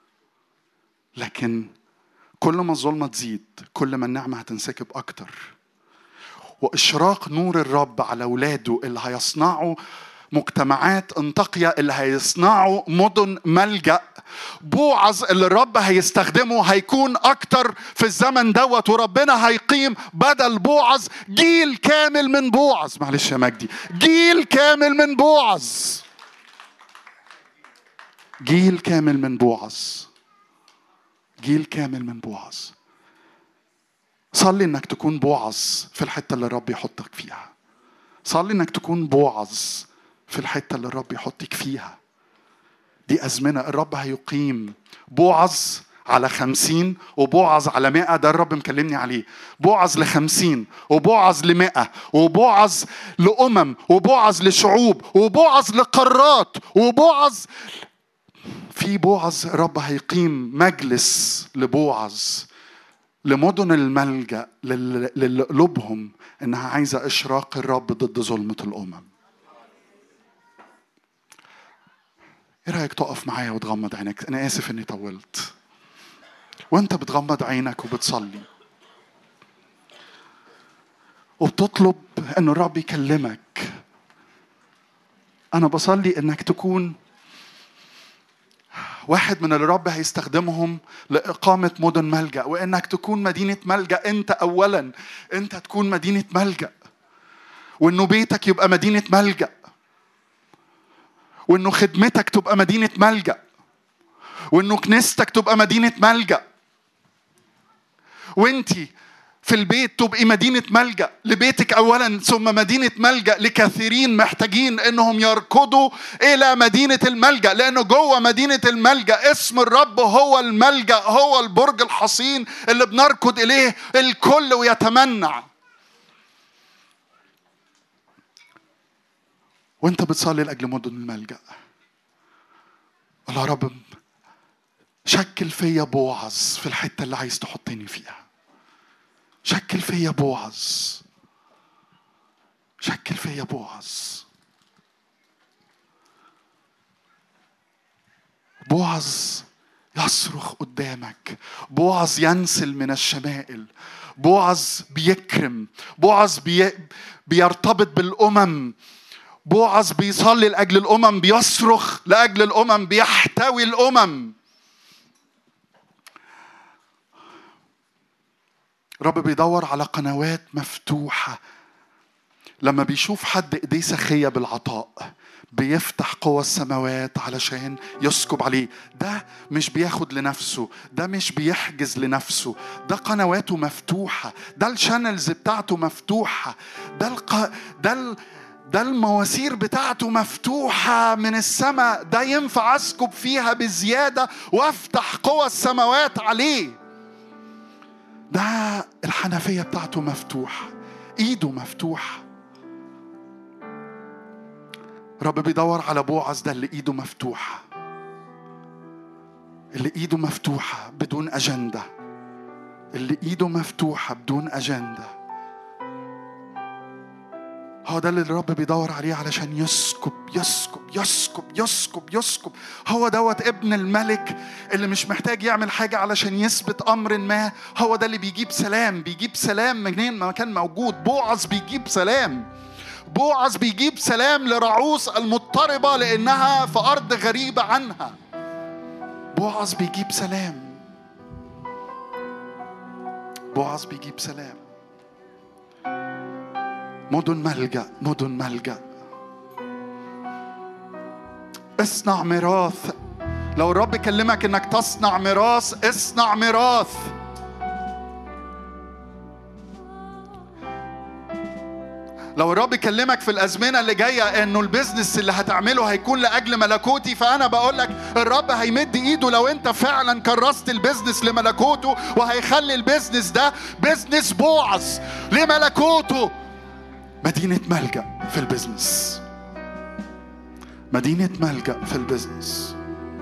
لكن كل ما الظلمة تزيد كل ما النعمة هتنسكب أكتر. وإشراق نور الرب على أولاده اللي هيصنعوا مجتمعات انتقية، اللي هيصنعوا مدن ملجأ. بوعظ اللي الرب هيستخدمه هيكون أكتر في الزمن دوت، وربنا هيقيم بدل بوعظ جيل كامل من بوعظ. معلش يا مجدي، جيل كامل من بوعظ، جيل كامل من بوعظ، جيل كامل من بوعظ. صلي انك تكون بوعظ في الحتة اللي الرب يحطك فيها. صلي انك تكون بوعظ في الحتة اللي الرب يحطك فيها. دي أزمنة الرب هيقيم بوعظ على خمسين وبوعظ على مئة. ده الرب مكلمني عليه. بوعظ لخمسين وبوعظ لمئة وبوعظ لأمم وبوعظ لشعوب وبوعظ لقارات وبوعظ. في بوعظ الرب هيقيم مجلس لبوعظ لمدن الملجأ لقلوبهم إنها عايزة إشراق الرب ضد ظلمة الأمم. إيه رأيك تقف معايا وتغمض عينك؟ أنا آسف إني طولت. وأنت بتغمض عينك وبتصلي وبتطلب إنه الرب يكلمك، أنا بصلي إنك تكون واحد من اللي الرب هيستخدمهم لإقامة مدن ملجأ، وإنك تكون مدينة ملجأ. أنت أولاً أنت تكون مدينة ملجأ، وإنه بيتك يبقى مدينة ملجأ، وإنه خدمتك تبقى مدينة ملجأ، وإنه كنيستك تبقى مدينة ملجأ، وإنتي في البيت تبقي مدينة ملجأ لبيتك أولاً، ثم مدينة ملجأ لكثيرين محتاجين إنهم يركضوا إلى مدينة الملجأ، لأنه جوه مدينة الملجأ اسم الرب هو الملجأ، هو البرج الحصين اللي بنركض إليه الكل ويتمنع. وانت بتصلي لأجل مدن الملجأ، قول يا رب شكل فيا بوعظ في الحتة اللي عايز تحطني فيها. شكل فيا بوعظ، شكل فيا بوعظ. بوعز يصرخ قدامك، بوعز ينسل من الشمائل، بوعز بيكرم، بوعز بي... بيرتبط بالأمم، بوعز بيصلي لأجل الأمم، بيصرخ لأجل الأمم، بيحتوي الأمم. رب بيدور على قنوات مفتوحة. لما بيشوف حد ايديه سخية بالعطاء بيفتح قوى السماوات علشان يسكب عليه. ده مش بياخد لنفسه، ده مش بيحجز لنفسه، ده قنواته مفتوحة، ده الشانلز بتاعته مفتوحة، ده الق... ده ال... ده المواسير بتاعته مفتوحة من السماء، ده ينفع أسكب فيها بزيادة وافتح قوى السماوات عليه. ده الحنفية بتاعته مفتوحة، ايده مفتوحة. رب بيدور على بوعز ده اللي ايده مفتوحة، اللي ايده مفتوحة بدون أجندة، اللي ايده مفتوحة بدون أجندة. هو ده اللي الرب بيدور عليه علشان يسكب يسكب يسكب يسكب يسكب. هو دوت ابن الملك اللي مش محتاج يعمل حاجة علشان يثبت أمر ما. هو ده اللي بيجيب سلام، بيجيب سلام منين ما كان موجود. بوعز بيجيب سلام، بوعز بيجيب سلام لرعوس المضطربة لأنها في أرض غريبة عنها. بوعز بيجيب سلام، بوعز بيجيب سلام. مدن ملجأ، مدن ملجأ. اصنع ميراث. لو الرب كلمك انك تصنع ميراث، اصنع ميراث. لو الرب كلمك في الأزمنة اللي جاية انه البيزنس اللي هتعمله هيكون لأجل ملكوتي، فأنا بقول لك الرب هيمد ايده لو انت فعلا كرست البيزنس لملكوته، وهيخلي البيزنس ده بيزنس بوعز لملكوته. مدينة ملجأ في البيزنس، مدينة ملجأ في البيزنس.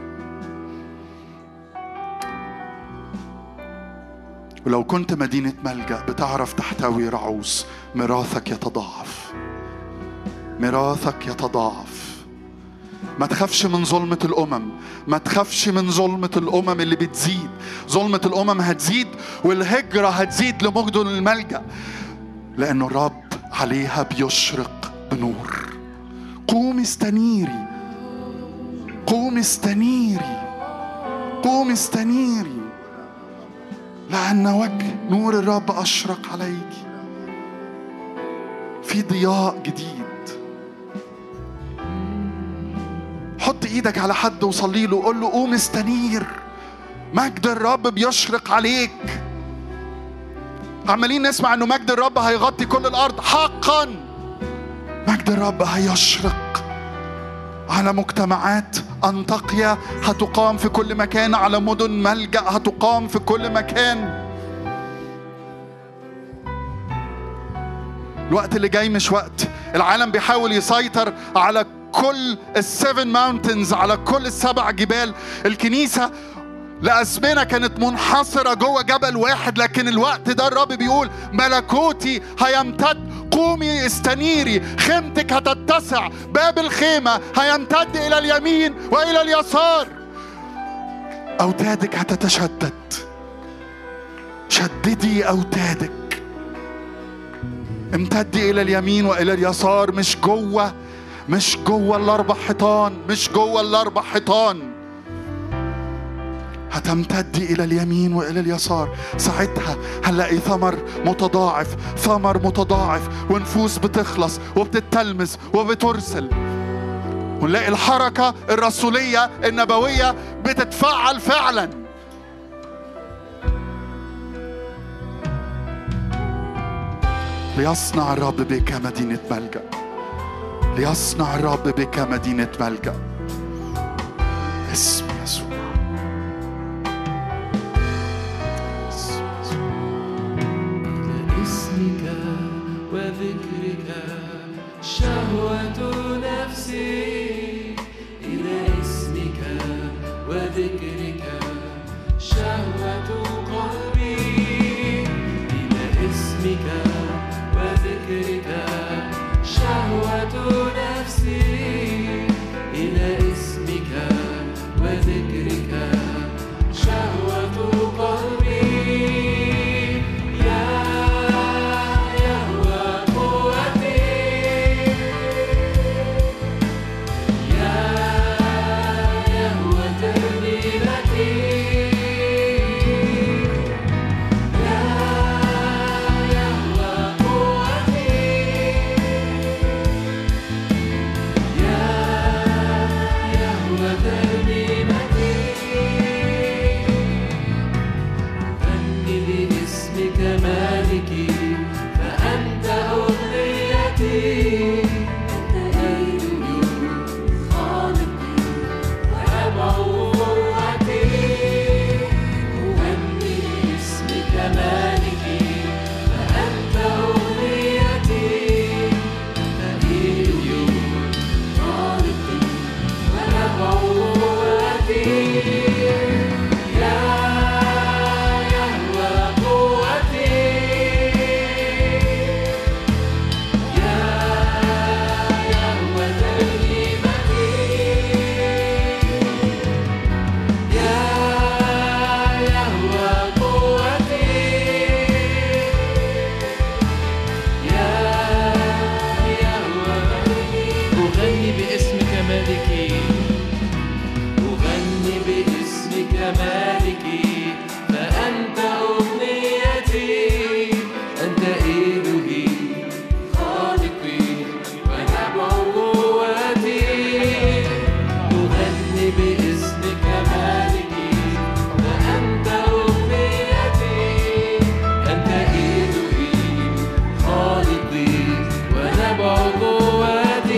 ولو كنت مدينة ملجأ بتعرف تحتوي رعوس، ميراثك يتضاعف، ميراثك يتضاعف. ما تخافش من ظلمة الأمم، ما تخافش من ظلمة الأمم اللي بتزيد. ظلمة الأمم هتزيد والهجرة هتزيد لمدن الملجأ، لأن الرب عليها بيشرق بنور. قوم استنيري، قوم استنيري، قوم استنيري، لأن وجه نور الرب أشرق عليك. في ضياء جديد. حط ايدك على حد وصلي له، قول له قوم استنير، مجد الرب بيشرق عليك. عمالين نسمع انه مجد الرب هيغطي كل الارض. حقا مجد الرب هيشرق على مجتمعات أنطاكيا، هتقام في كل مكان، على مدن ملجأ هتقام في كل مكان. الوقت اللي جاي مش وقت العالم بيحاول يسيطر على كل السيفن ماونتنز، على كل السبع جبال. الكنيسة لأزمنة كانت منحصرة جوه جبل واحد، لكن الوقت ده الرب بيقول ملكوتي هيمتد. قومي استنيري، خيمتك هتتسع، باب الخيمة هيمتد إلى اليمين وإلى اليسار. أوتادك هتتشدد، شددي أوتادك، امتدي إلى اليمين وإلى اليسار. مش جوه، مش جوه الأربع حيطان، مش جوه الأربع حيطان. هتمتدي إلى اليمين وإلى اليسار. ساعتها هنلاقي ثمر متضاعف، ثمر متضاعف، ونفوس بتخلص وبتتلمس وبترسل، ونلاقي الحركة الرسولية النبوية بتتفعل فعلا. ليصنع الرب بك مدينة ملجأ، ليصنع الرب بك مدينة ملجأ. اسم يسوع. وذكرك شهوة نفسي، إلى اسمك وذكرك شهوة قلبي، إلى اسمك وذكرك شهوة نفسي، إلى اسمك وذكرك مالكي فأنت أمنيتي أنت إلهي خالقي ونبع قوتي أغني باسمك مالكي فأنت أمنيتي أنت إلهي خالقي ونبع قوتي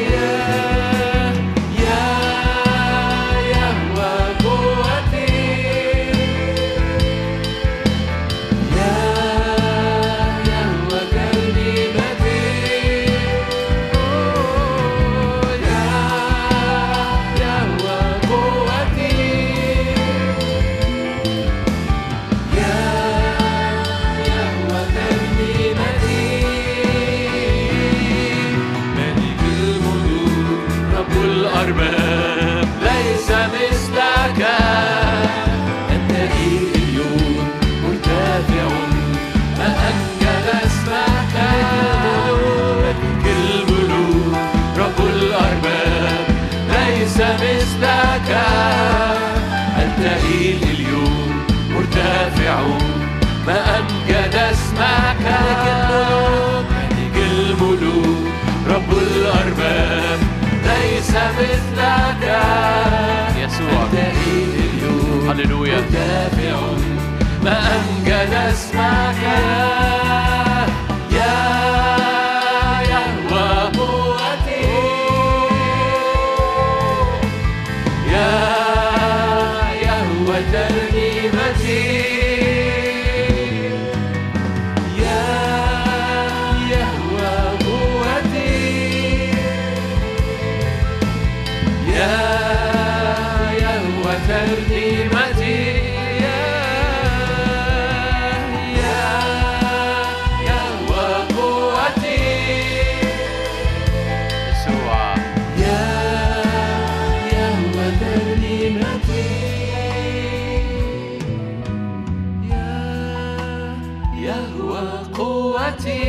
يا يهوى قوتي يا يهوى كلمتي يا يهوى قوتي يا يهوى كلمتي ملك الملوك رب الأرباب ليس مثلك أنت اليوم مرتفع ما أنجد اسمك ملك الملوك رب الأرباب ليس مثلك أنت اليوم مرتفع ما أمجد اسمك ملك الملوك رب الأرباب ليس مثلك يسوع. أنت اليوم هللويا. مرتفع ما أمجد اسمك يا يهوى قوتي يا يهوى ترنيمتي يا يهوى قوتي يا يهوى ترنيمتي يا يا يهوى قوتي يسوع. يا يهوى ترنيمتي يا يهوى قوتي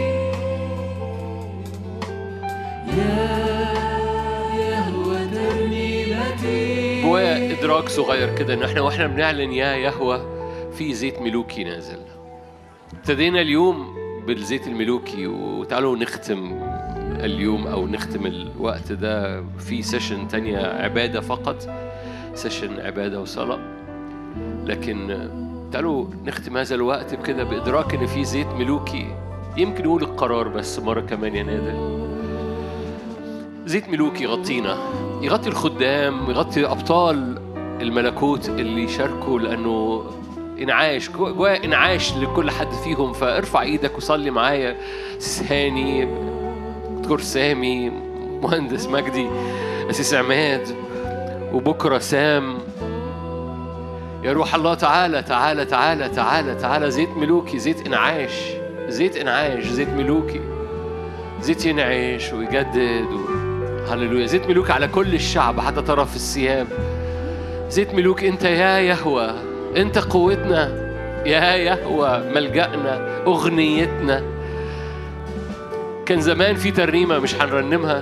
يا يهوى ترنيمتي. جوايا إدراك صغير كده إن إحنا وإحنا بنعلن يا يهوى في زيت ملوكي نازل. ابتدينا اليوم بالزيت الملوكي وتعالوا نختم اليوم أو نختم الوقت ده في سيشن تانية عبادة فقط، سيشن عبادة وصلاة. لكن تعالوا نختم هذا الوقت بكده بإدراك إن في زيت ملوكي. يمكن نقول القرار بس مرة كمان يا نادر. زيت ملوكي يغطينا، يغطي الخدام، يغطي أبطال الملكوت اللي يشاركوا، لأنه انعاش جوا انعاش لكل حد فيهم. فارفع ايدك وصلي معايا. أسيس هاني، دكتور سامي، مهندس مجدي، أسيس عماد، وبكرة سام. يا روح الله تعالى تعالى تعالى تعالى تعالى. زيت ملوكي، زيت انعاش، زيت انعاش، زيت ملوكي، زيت ينعش ويجدد و... هللويا. زيت ملوك على كل الشعب حتى طرف الثياب. زيت ملوك أنت يا يهوى، أنت قوتنا يا يهوى، ملجأنا، أغنيتنا. كان زمان في ترنيمة مش هنرنمها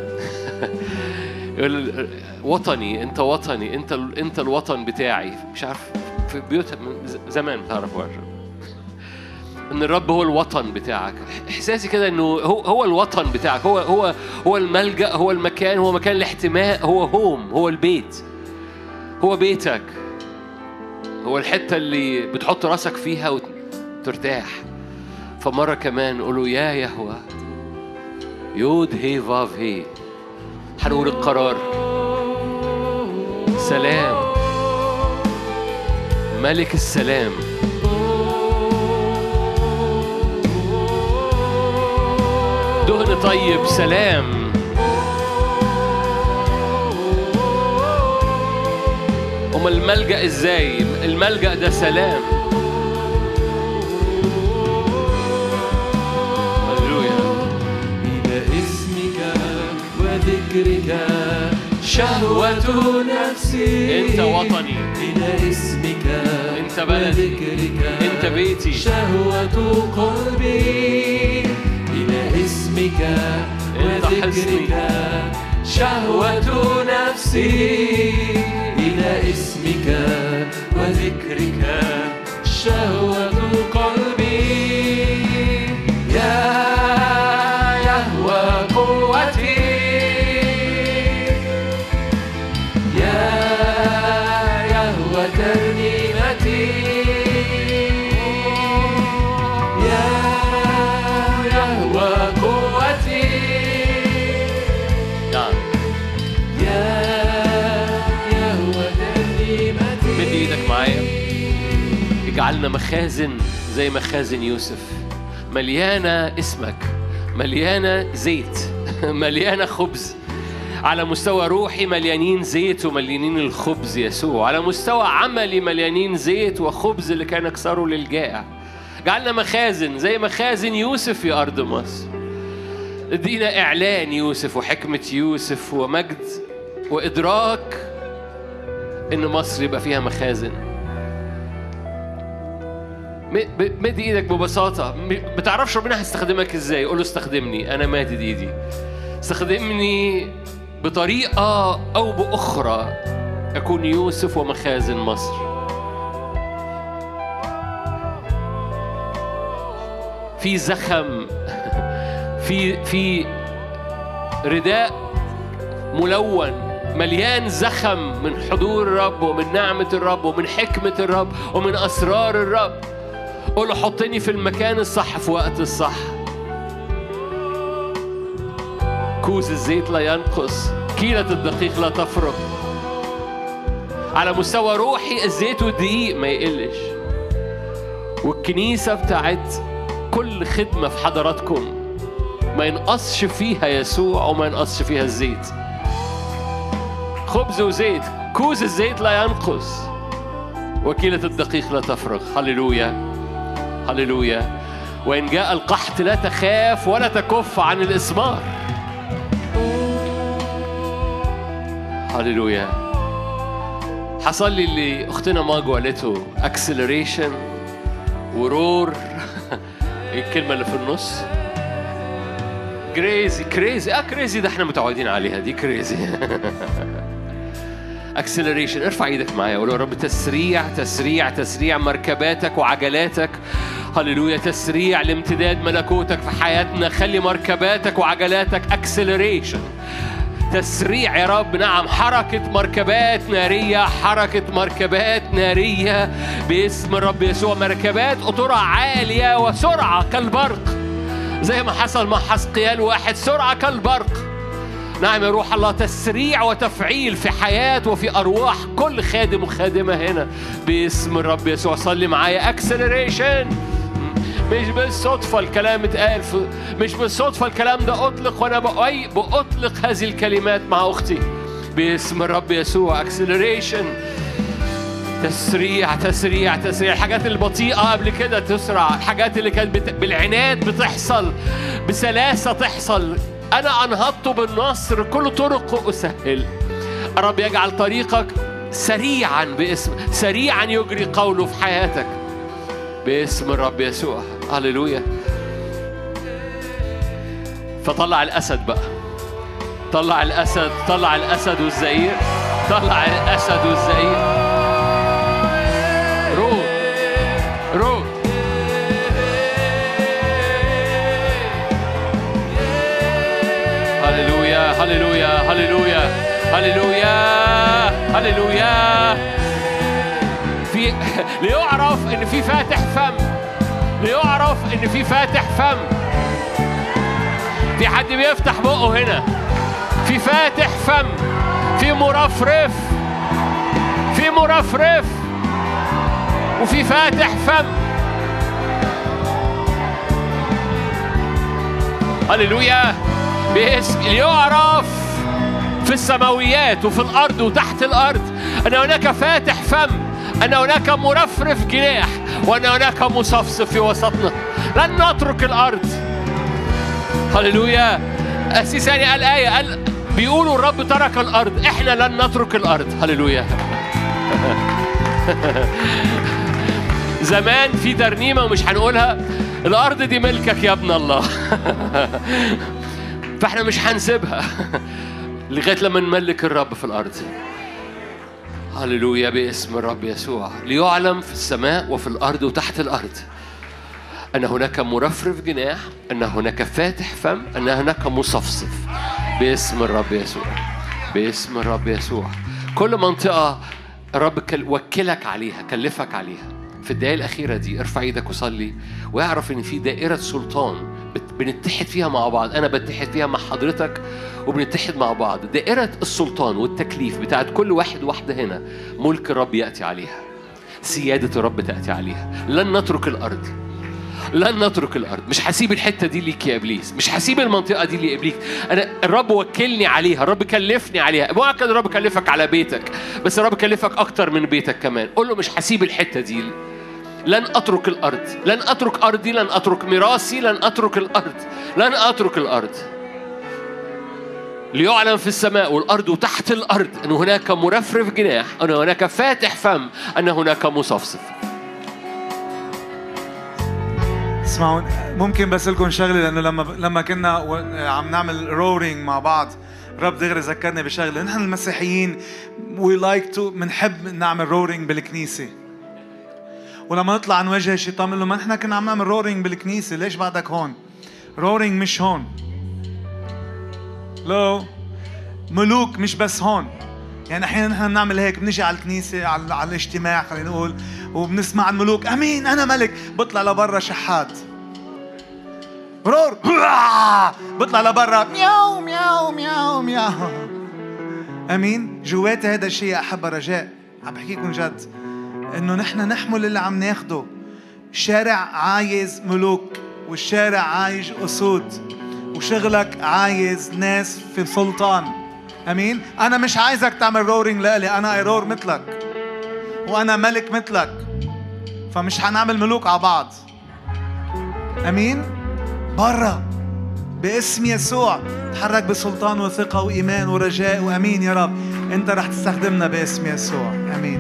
وطني، أنت وطني، أنت أنت الوطن بتاعي. مش عارف في بيوت زمان بتعرفوا إن الرب هو الوطن بتاعك. إحساسي كده إنه هو هو الوطن بتاعك، هو هو هو الملجأ، هو المكان، هو مكان الاحتماء، هو هوم، هو البيت، هو بيتك، هو الحتة اللي بتحط راسك فيها وترتاح. فمرة كمان قولوا يا يهوى، يود هي فاف هي. هنقول القرار. سلام، ملك السلام. دهن طيب، سلام. أما الملجأ إزاي؟ الملجأ ده سلام. هللويا. إلى اسمك وذكرك شهوة نفسي. أنت وطني، إلى اسمك أنت بلدي، وذكرك أنت بيتي، شهوة قلبي. إلى اسمك وذكرك شهوة نفسي. إلى اسمك وذكرك جعلنا مخازن زي مخازن يوسف، مليانة اسمك، مليانة زيت، مليانة خبز. على مستوى روحي مليانين زيت ومليانين الخبز يسوع. على مستوى عملي مليانين زيت وخبز اللي كان يكسره للجائع. جعلنا مخازن زي مخازن يوسف في أرض مصر. ادينا إعلان يوسف وحكمة يوسف ومجد وإدراك إن مصر يبقى فيها مخازن. مد إيدك ببساطة، بتعرفش ربنا هيستخدمك إزاي، قوله استخدمني، أنا مادد إيدي، استخدمني بطريقة أو بأخرى أكون يوسف ومخازن مصر. في زخم، في في رداء ملون مليان زخم من حضور الرب ومن نعمة الرب ومن حكمة الرب ومن أسرار الرب. قوله حطني في المكان الصح في وقت الصح. كوز الزيت لا ينقص، كيلة الدقيق لا تفرق. على مستوى روحي الزيت والدقيق ما يقلش. والكنيسة بتاعت كل خدمة في حضراتكم ما ينقصش فيها يسوع وما ينقصش فيها الزيت. خبز وزيت، كوز الزيت لا ينقص وكيلة الدقيق لا تفرق. هللويا هللويا. وإن جاء القحط لا تخاف ولا تكف عن الإثمار. هللويا. حصل لي اللي أختنا ماجو قالته، acceleration ورور. الكلمة اللي في النص كريزي كريزي اه كريزي ده احنا متعودين عليها دي كريزي. اكسلريشن. ارفع ايدك معايا وقول يا رب تسريع تسريع تسريع مركباتك وعجلاتك. هللويا. تسريع لامتداد ملكوتك في حياتنا. خلي مركباتك وعجلاتك اكسلريشن، تسريع يا رب. نعم، حركة مركبات نارية، حركة مركبات نارية باسم الرب يسوع. مركبات قطرة عالية وسرعة كالبرق، زي ما حصل مع حسقيال واحد، سرعة كالبرق. نعم يا روح الله، تسريع وتفعيل في حياة وفي أرواح كل خادم وخادمة هنا باسم الرب يسوع. صلي معايا acceleration. مش بالصدفة الكلام اتقال، مش بالصدفة الكلام ده أطلق، وأنا بأي بأطلق هذه الكلمات مع أختي باسم الرب يسوع. acceleration، تسريع تسريع تسريع. الحاجات البطيئة قبل كده تسرع، الحاجات اللي كانت بت... بالعناد بتحصل بسلاسة تحصل. أنا أنهضت بالنصر، كل طرق أسهل. الرب يجعل طريقك سريعا باسم، سريعا يجري قوله في حياتك باسم الرب يسوع. هللويا. فطلع الأسد بقى، طلع الأسد، طلع الأسد والزئير، طلع الأسد والزئير. روح روح. هللويا هللويا هللويا هللويا هللويا. في ليعرف ان في فاتح فم، ليعرف ان في فاتح فم. في حد بيفتح بقه هنا، في فاتح فم، في مرفرف، في مرفرف وفي فاتح فم. هللويا. باسم ليعرف في السماويات وفي الأرض وتحت الأرض أن هناك فاتح فم، أن هناك مرفرف جناح، وأن هناك مصفصف في وسطنا. لن نترك الأرض. هللويا. أسيساني قال آية، قال بيقولوا الرب ترك الأرض، إحنا لن نترك الأرض. هللويا. زمان في ترنيمة ومش هنقولها، الأرض دي ملكك يا ابن الله. فإحنا مش هنسيبها لغاية لما نملك الرب في الأرض. هللويا باسم الرب يسوع. ليعلم في السماء وفي الأرض وتحت الأرض أن هناك مرفرف جناح، أن هناك فاتح فم، أن هناك مصفصف باسم الرب يسوع. باسم الرب يسوع. كل منطقة الرب وكلك عليها، كلفك عليها في الدقائق الأخيرة دي، ارفع ايدك وصلي ويعرف إن في دائرة سلطان بنتحد فيها مع بعض. أنا بتحد فيها مع حضرتك وبنتحد مع بعض. دائرة السلطان والتكليف بتاعت كل واحد واحدة هنا، ملك الرب يأتي عليها. سيادة الرب تأتي عليها. لن نترك الأرض، لن نترك الأرض. مش هسيب الحتة دي ليك يا إبليس، مش هسيب المنطقة دي لإبليس. أنا الرب وكلني عليها، الرب كلفني عليها. ممكن الرب كلفك على بيتك، بس الرب كلفك أكتر من بيتك كمان. قول له مش هسيب الحتة دي. لن أترك الأرض، لن أترك أرضي، لن أترك ميراثي، لن أترك الأرض، لن أترك الأرض. ليعلم في السماء والأرض وتحت الأرض أن هناك مرفرف جناح، أن هناك فاتح فم، أن هناك مصفصف. اسمعوا، ممكن بس لكم شغله، لأنه لما لما كنا عم نعمل رورينج مع بعض رب دغري ذكرني بشغله. نحن المسيحيين we like to بنحب نعمل رورينج بالكنيسة، ولما نطلع نواجه الشيطان بنقول له ما نحن كنا عم نعمل رورينج بالكنيسة، ليش بعدك هون؟ رورينج مش هون. لو ملوك مش بس هون. يعني احيانا نحن بنعمل هيك، بنيجي على الكنيسة على, على الاجتماع خلينا نقول، وبنسمع الملوك امين انا ملك، بطلع لبرا شحات رور بطلع لبرا مياو مياو مياو مياو. امين. جواتي هذا الشيء يا احبة رجاء، عم بحكيكم جد، انه نحن نحمل اللي عم ناخده. الشارع عايز ملوك، والشارع عايز اسود، وشغلك عايز ناس في سلطان. امين. انا مش عايزك تعمل رورينج لالي، انا ايرور مثلك وانا ملك مثلك، فمش هنعمل ملوك على بعض. امين. برا باسم يسوع تحرك بسلطان وثقة وإيمان ورجاء. وأمين يا رب، أنت رح تستخدمنا باسم يسوع. أمين.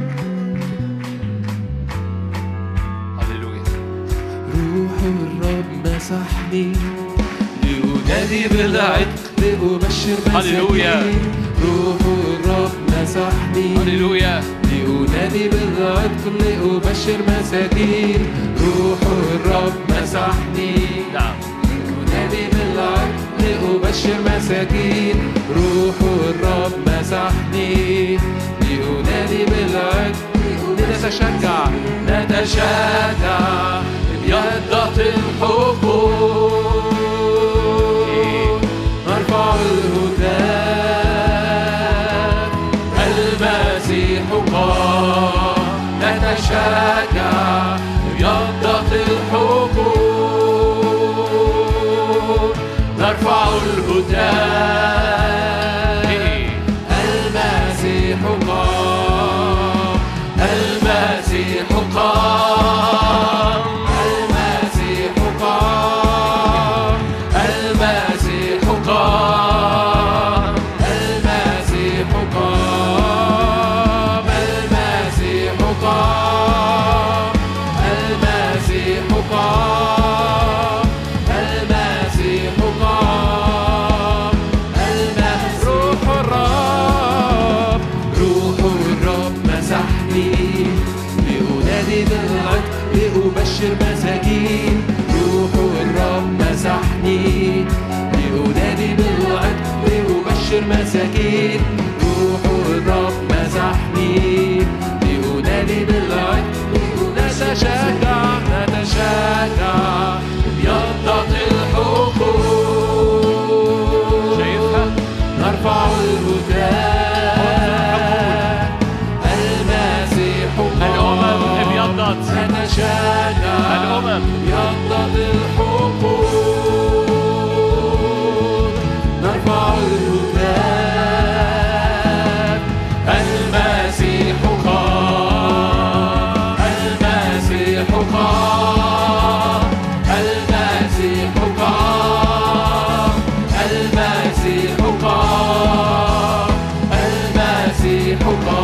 هللويا. روح الرب مسحني لأنادي بالعتق لأبشر مساكين. روح الرب مسحني هللويا لأنادي بالعتق لأبشر مساكين. روح الرب مسحني نعم لأنادي بالعتق لأبشر مساكين. روح الرب مسحني لأنادي بالعتق. نتشجع نتشجع بيضة الحقوق، نرفع الهتاف المسيح قام. نتشجع بيضة الحقوق، نرفع الهتاف المسيح قام. المسيح قام. المسيح قام. المسيح قام. المسيح قام. المسيح قام. المسيح قام. المسيح قام. روح الرب روح الرب مسحني لأنادي بالعتق لأبشر مساكين. روح الرب مسحني لأنادي بالعتق لأبشر مساكين. روح الرب مسحني لأنادي بالعتق. نتشجع نتشجع بيضة الحقوق، شايفها؟ نرفع الهتاف المسيح الأمم ابيضت. نتشجع الأمم بيضة الحقوق، نرفع الهتاف المسيح قام. المسيح قام. المسيح قام. المسيح قام. المسيح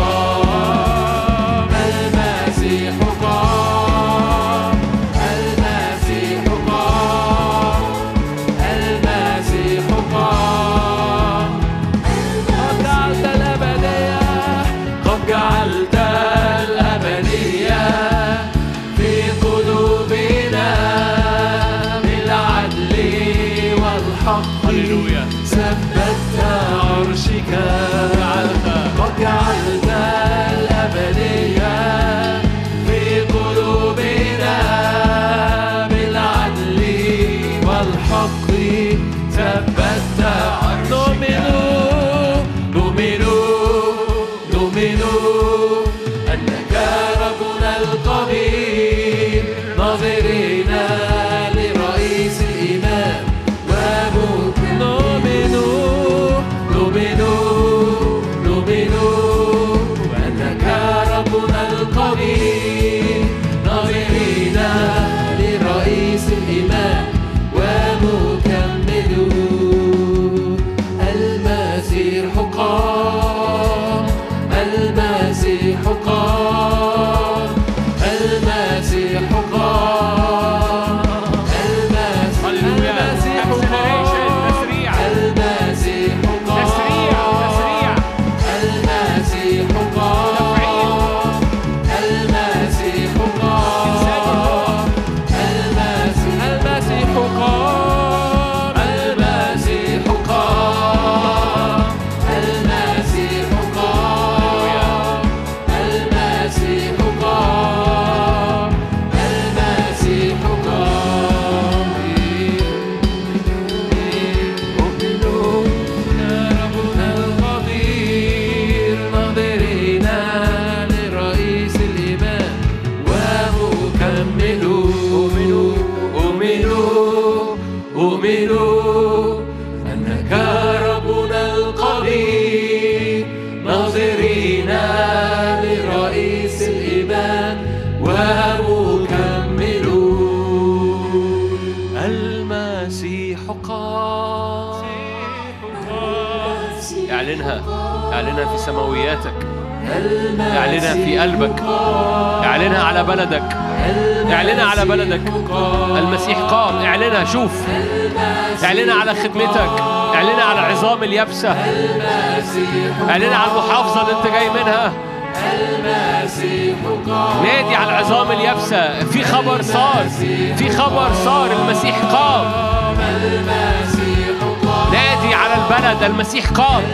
قام. المسيح قام. المسيح قام. المسيح قام. قد جعلت الأبدية، قد جعلت الأبدية في قلوبنا بالعدل والحق. هللويا. ثبت عرشك قد جعلت الأبدية في قلوبنا بالعدل والحق. ثبت عرشك. نؤمن نؤمن نؤمن قام المسيح قام المسيح المسيح قام المسيح قام المسيح قام المسيح قام المسيح المسيح قام المسيح قام المسيح قام المسيح قام المسيح قام مؤمنون ربنا القدير ناظرين لرئيس الإيمان ومكملون أؤمنوا أؤمنوا أؤمنوا أنك ربنا القدير ناظرين لرئيس الإيمان ومكملون المسيح قام اعلنها اعلنها في سماوياتك، اعلنها في قلبك، اعلنها على بلدك، اعلنها على بلدك. المسيح قام، اعلنها. شوف، اعلنها على خدمتك، اعلنها على العظام اليابسة، اعلنها على المحافظة اللي انت جاي منها. نادي على العظام اليابسة. في خبر صار، في خبر صار. المسيح قام. نادي على البلد. المسيح قام.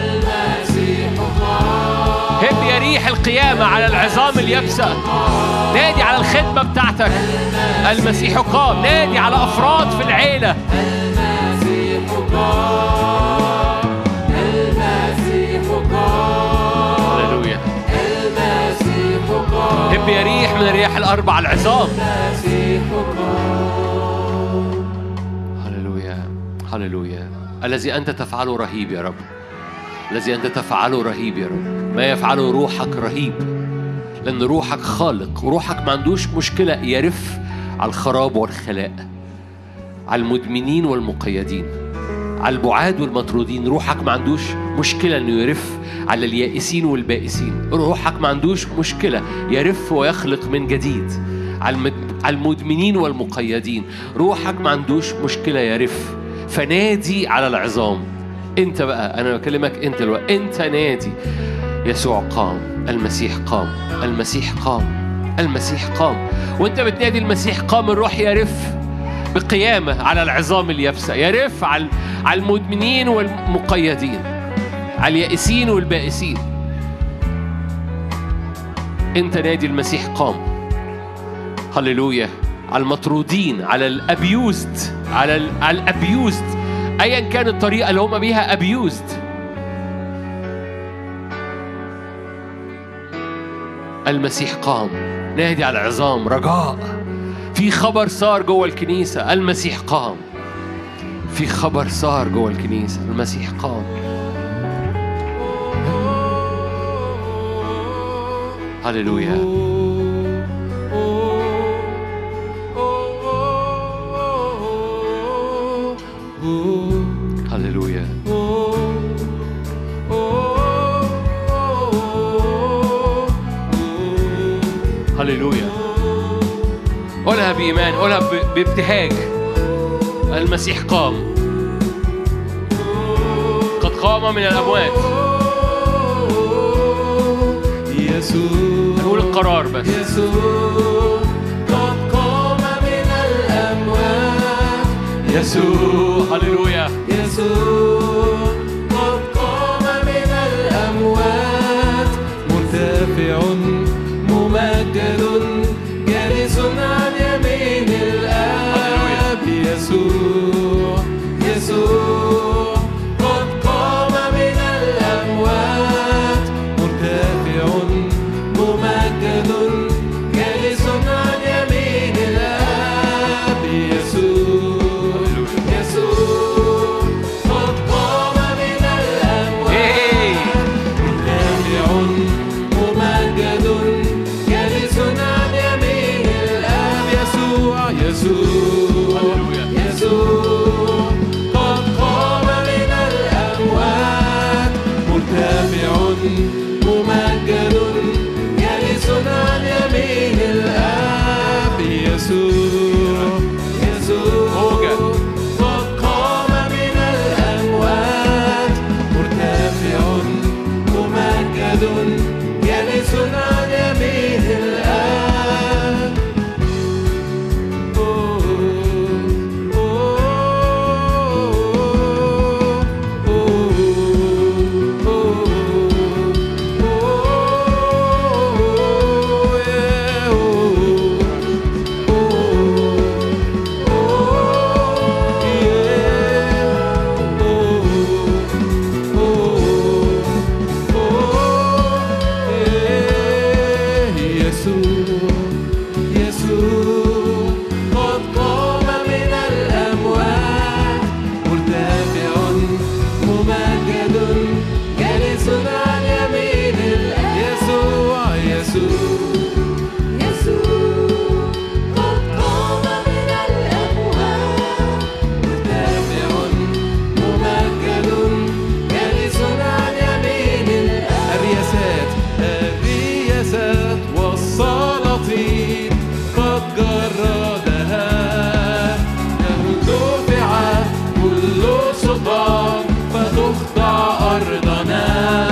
هب يا ريح القيامة على العظام اليابسة. نادي على الخدمة بتاعتك. المسيح قام. نادي على أفراد في العيلة. المسيح قام المسيح قام هللويا. المسيح قام هب يا ريح من الرياح الأربع العظام. المسيح قام. هللويا هللويا. الذي أنت تفعله رهيب يا رب. الذي أنت تفعله رهيب يا رب. ما يفعله روحك رهيب، لأن روحك خالق، وروحك ما عندوش مشكلة يرف على الخراب والخلاء، على المدمنين والمقيدين، على البعاد والمطرودين. روحك ما عندوش مشكلة أنه يرف على اليائسين والبائسين. روحك ما عندوش مشكلة يرف ويخلق من جديد على المدمنين والمقيدين. روحك ما عندوش مشكلة يرف. فنادي على العظام. انت بقى، انا بكلمك انت الوقت، انت نادي. يسوع قام، المسيح قام، المسيح قام، المسيح قام. وانت بتنادي المسيح قام، الروح يرف بقيامة على العظام اليابسة، يرف على على المدمنين والمقيدين، على اليائسين والبائسين. انت نادي المسيح قام. هللويا. على المطرودين، على الابيوزد، على ال على الابيوزد، ايا كان الطريقه اللي هم بيها ابيوزد. المسيح قام. نادي على العظام. رجاء. في خبر صار جوه الكنيسه. المسيح قام. في خبر صار جوه الكنيسه. المسيح قام. هللويا. هللويا. هللويا. قولها بإيمان، قولها بابتهاج. المسيح قام. قد قام من الأموات. يسوع. نقول القرار بس. يسوع قد قام من الأموات. يسوع. هللويا. يسوع قد قام من الأموات. مرتفع ممجد جالس عن يمين الآب. يسوع يسوع قد قام من الأموات. مرتفع ممجد جالس عن يمين الآب. يسوع يسوع قد قام من الأموات. مرتفع ممجد يسوع يسوع قد قام من الأموات مرتفع ممجد جالس عن يمين الآب يسوع يسوع يسوع قد قام من الأموات مرتفع ممجد جالس عن يمين الآب الرياسات الرياسات والسلاطين قد جردها له دفع كل سلطان فتخضع أرضنا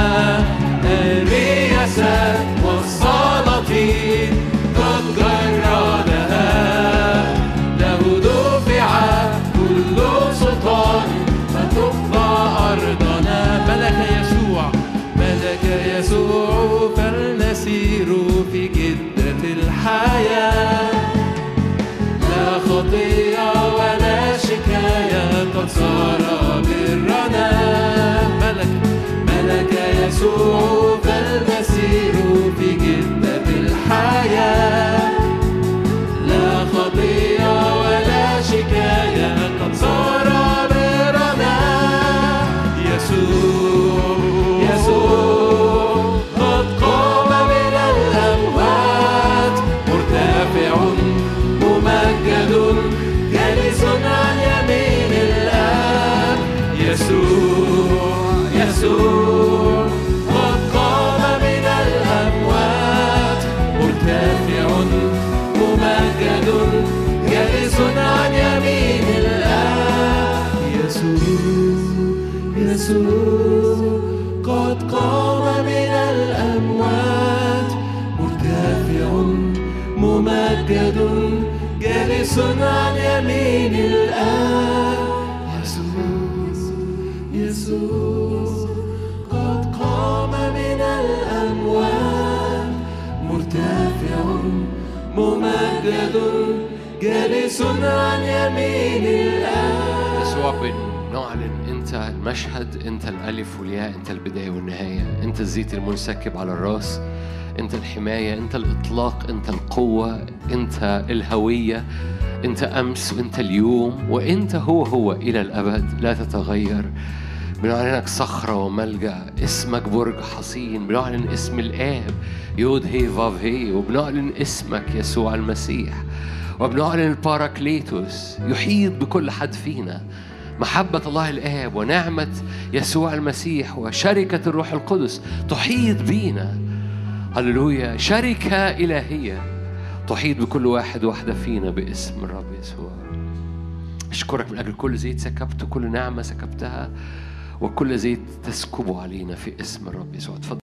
الرياسات والسلاطين قد جردها له دفع كل سلطان فتخضع أرضنا ملك يسوع ملك يسوع فلنسير في جدة الحياة لا خطية ولا شكاية قد صار برنا ملك ملك يسوع فلنسير في جدة الحياة لا خطية ولا شكاية قد صار برنا يسوع يسوع قد قام من الأموات مرتفع ممجد جالس عن يمين الآب يسوع يسوع قد قام من الأموات مرتفع ممجد جالس عن يمين الآب يسوع يسوع قد قام من الأموات مرتفع ممجد جالس عن يمين الآب يسوع يسوع قد قام من الأموات مرتفع ممجد جالس عن يمين الآب يسوع بنعلن انت المشهد، انت الالف والياء، انت البدايه والنهايه، انت الزيت المنسكب على الراس، انت الحمايه، انت الاطلاق، انت القوه، انت الهويه، انت امس وانت اليوم وانت هو هو الى الابد لا تتغير. بنعلنك صخره وملجا، اسمك برج حصين، بنعلن اسم الاب يود هي فاف هي، وبنعلن اسمك يسوع المسيح، وبنعلن الباراكليتوس يحيط بكل حد فينا. محبة الله الآب ونعمة يسوع المسيح وشركة الروح القدس تحيط بينا. هللويا. شركة إلهية تحيط بكل واحد واحدة فينا باسم الرب يسوع. أشكرك من أجل كل زيت سكبته، كل نعمة سكبتها، وكل زيت تسكبه علينا في اسم الرب يسوع. تفضل.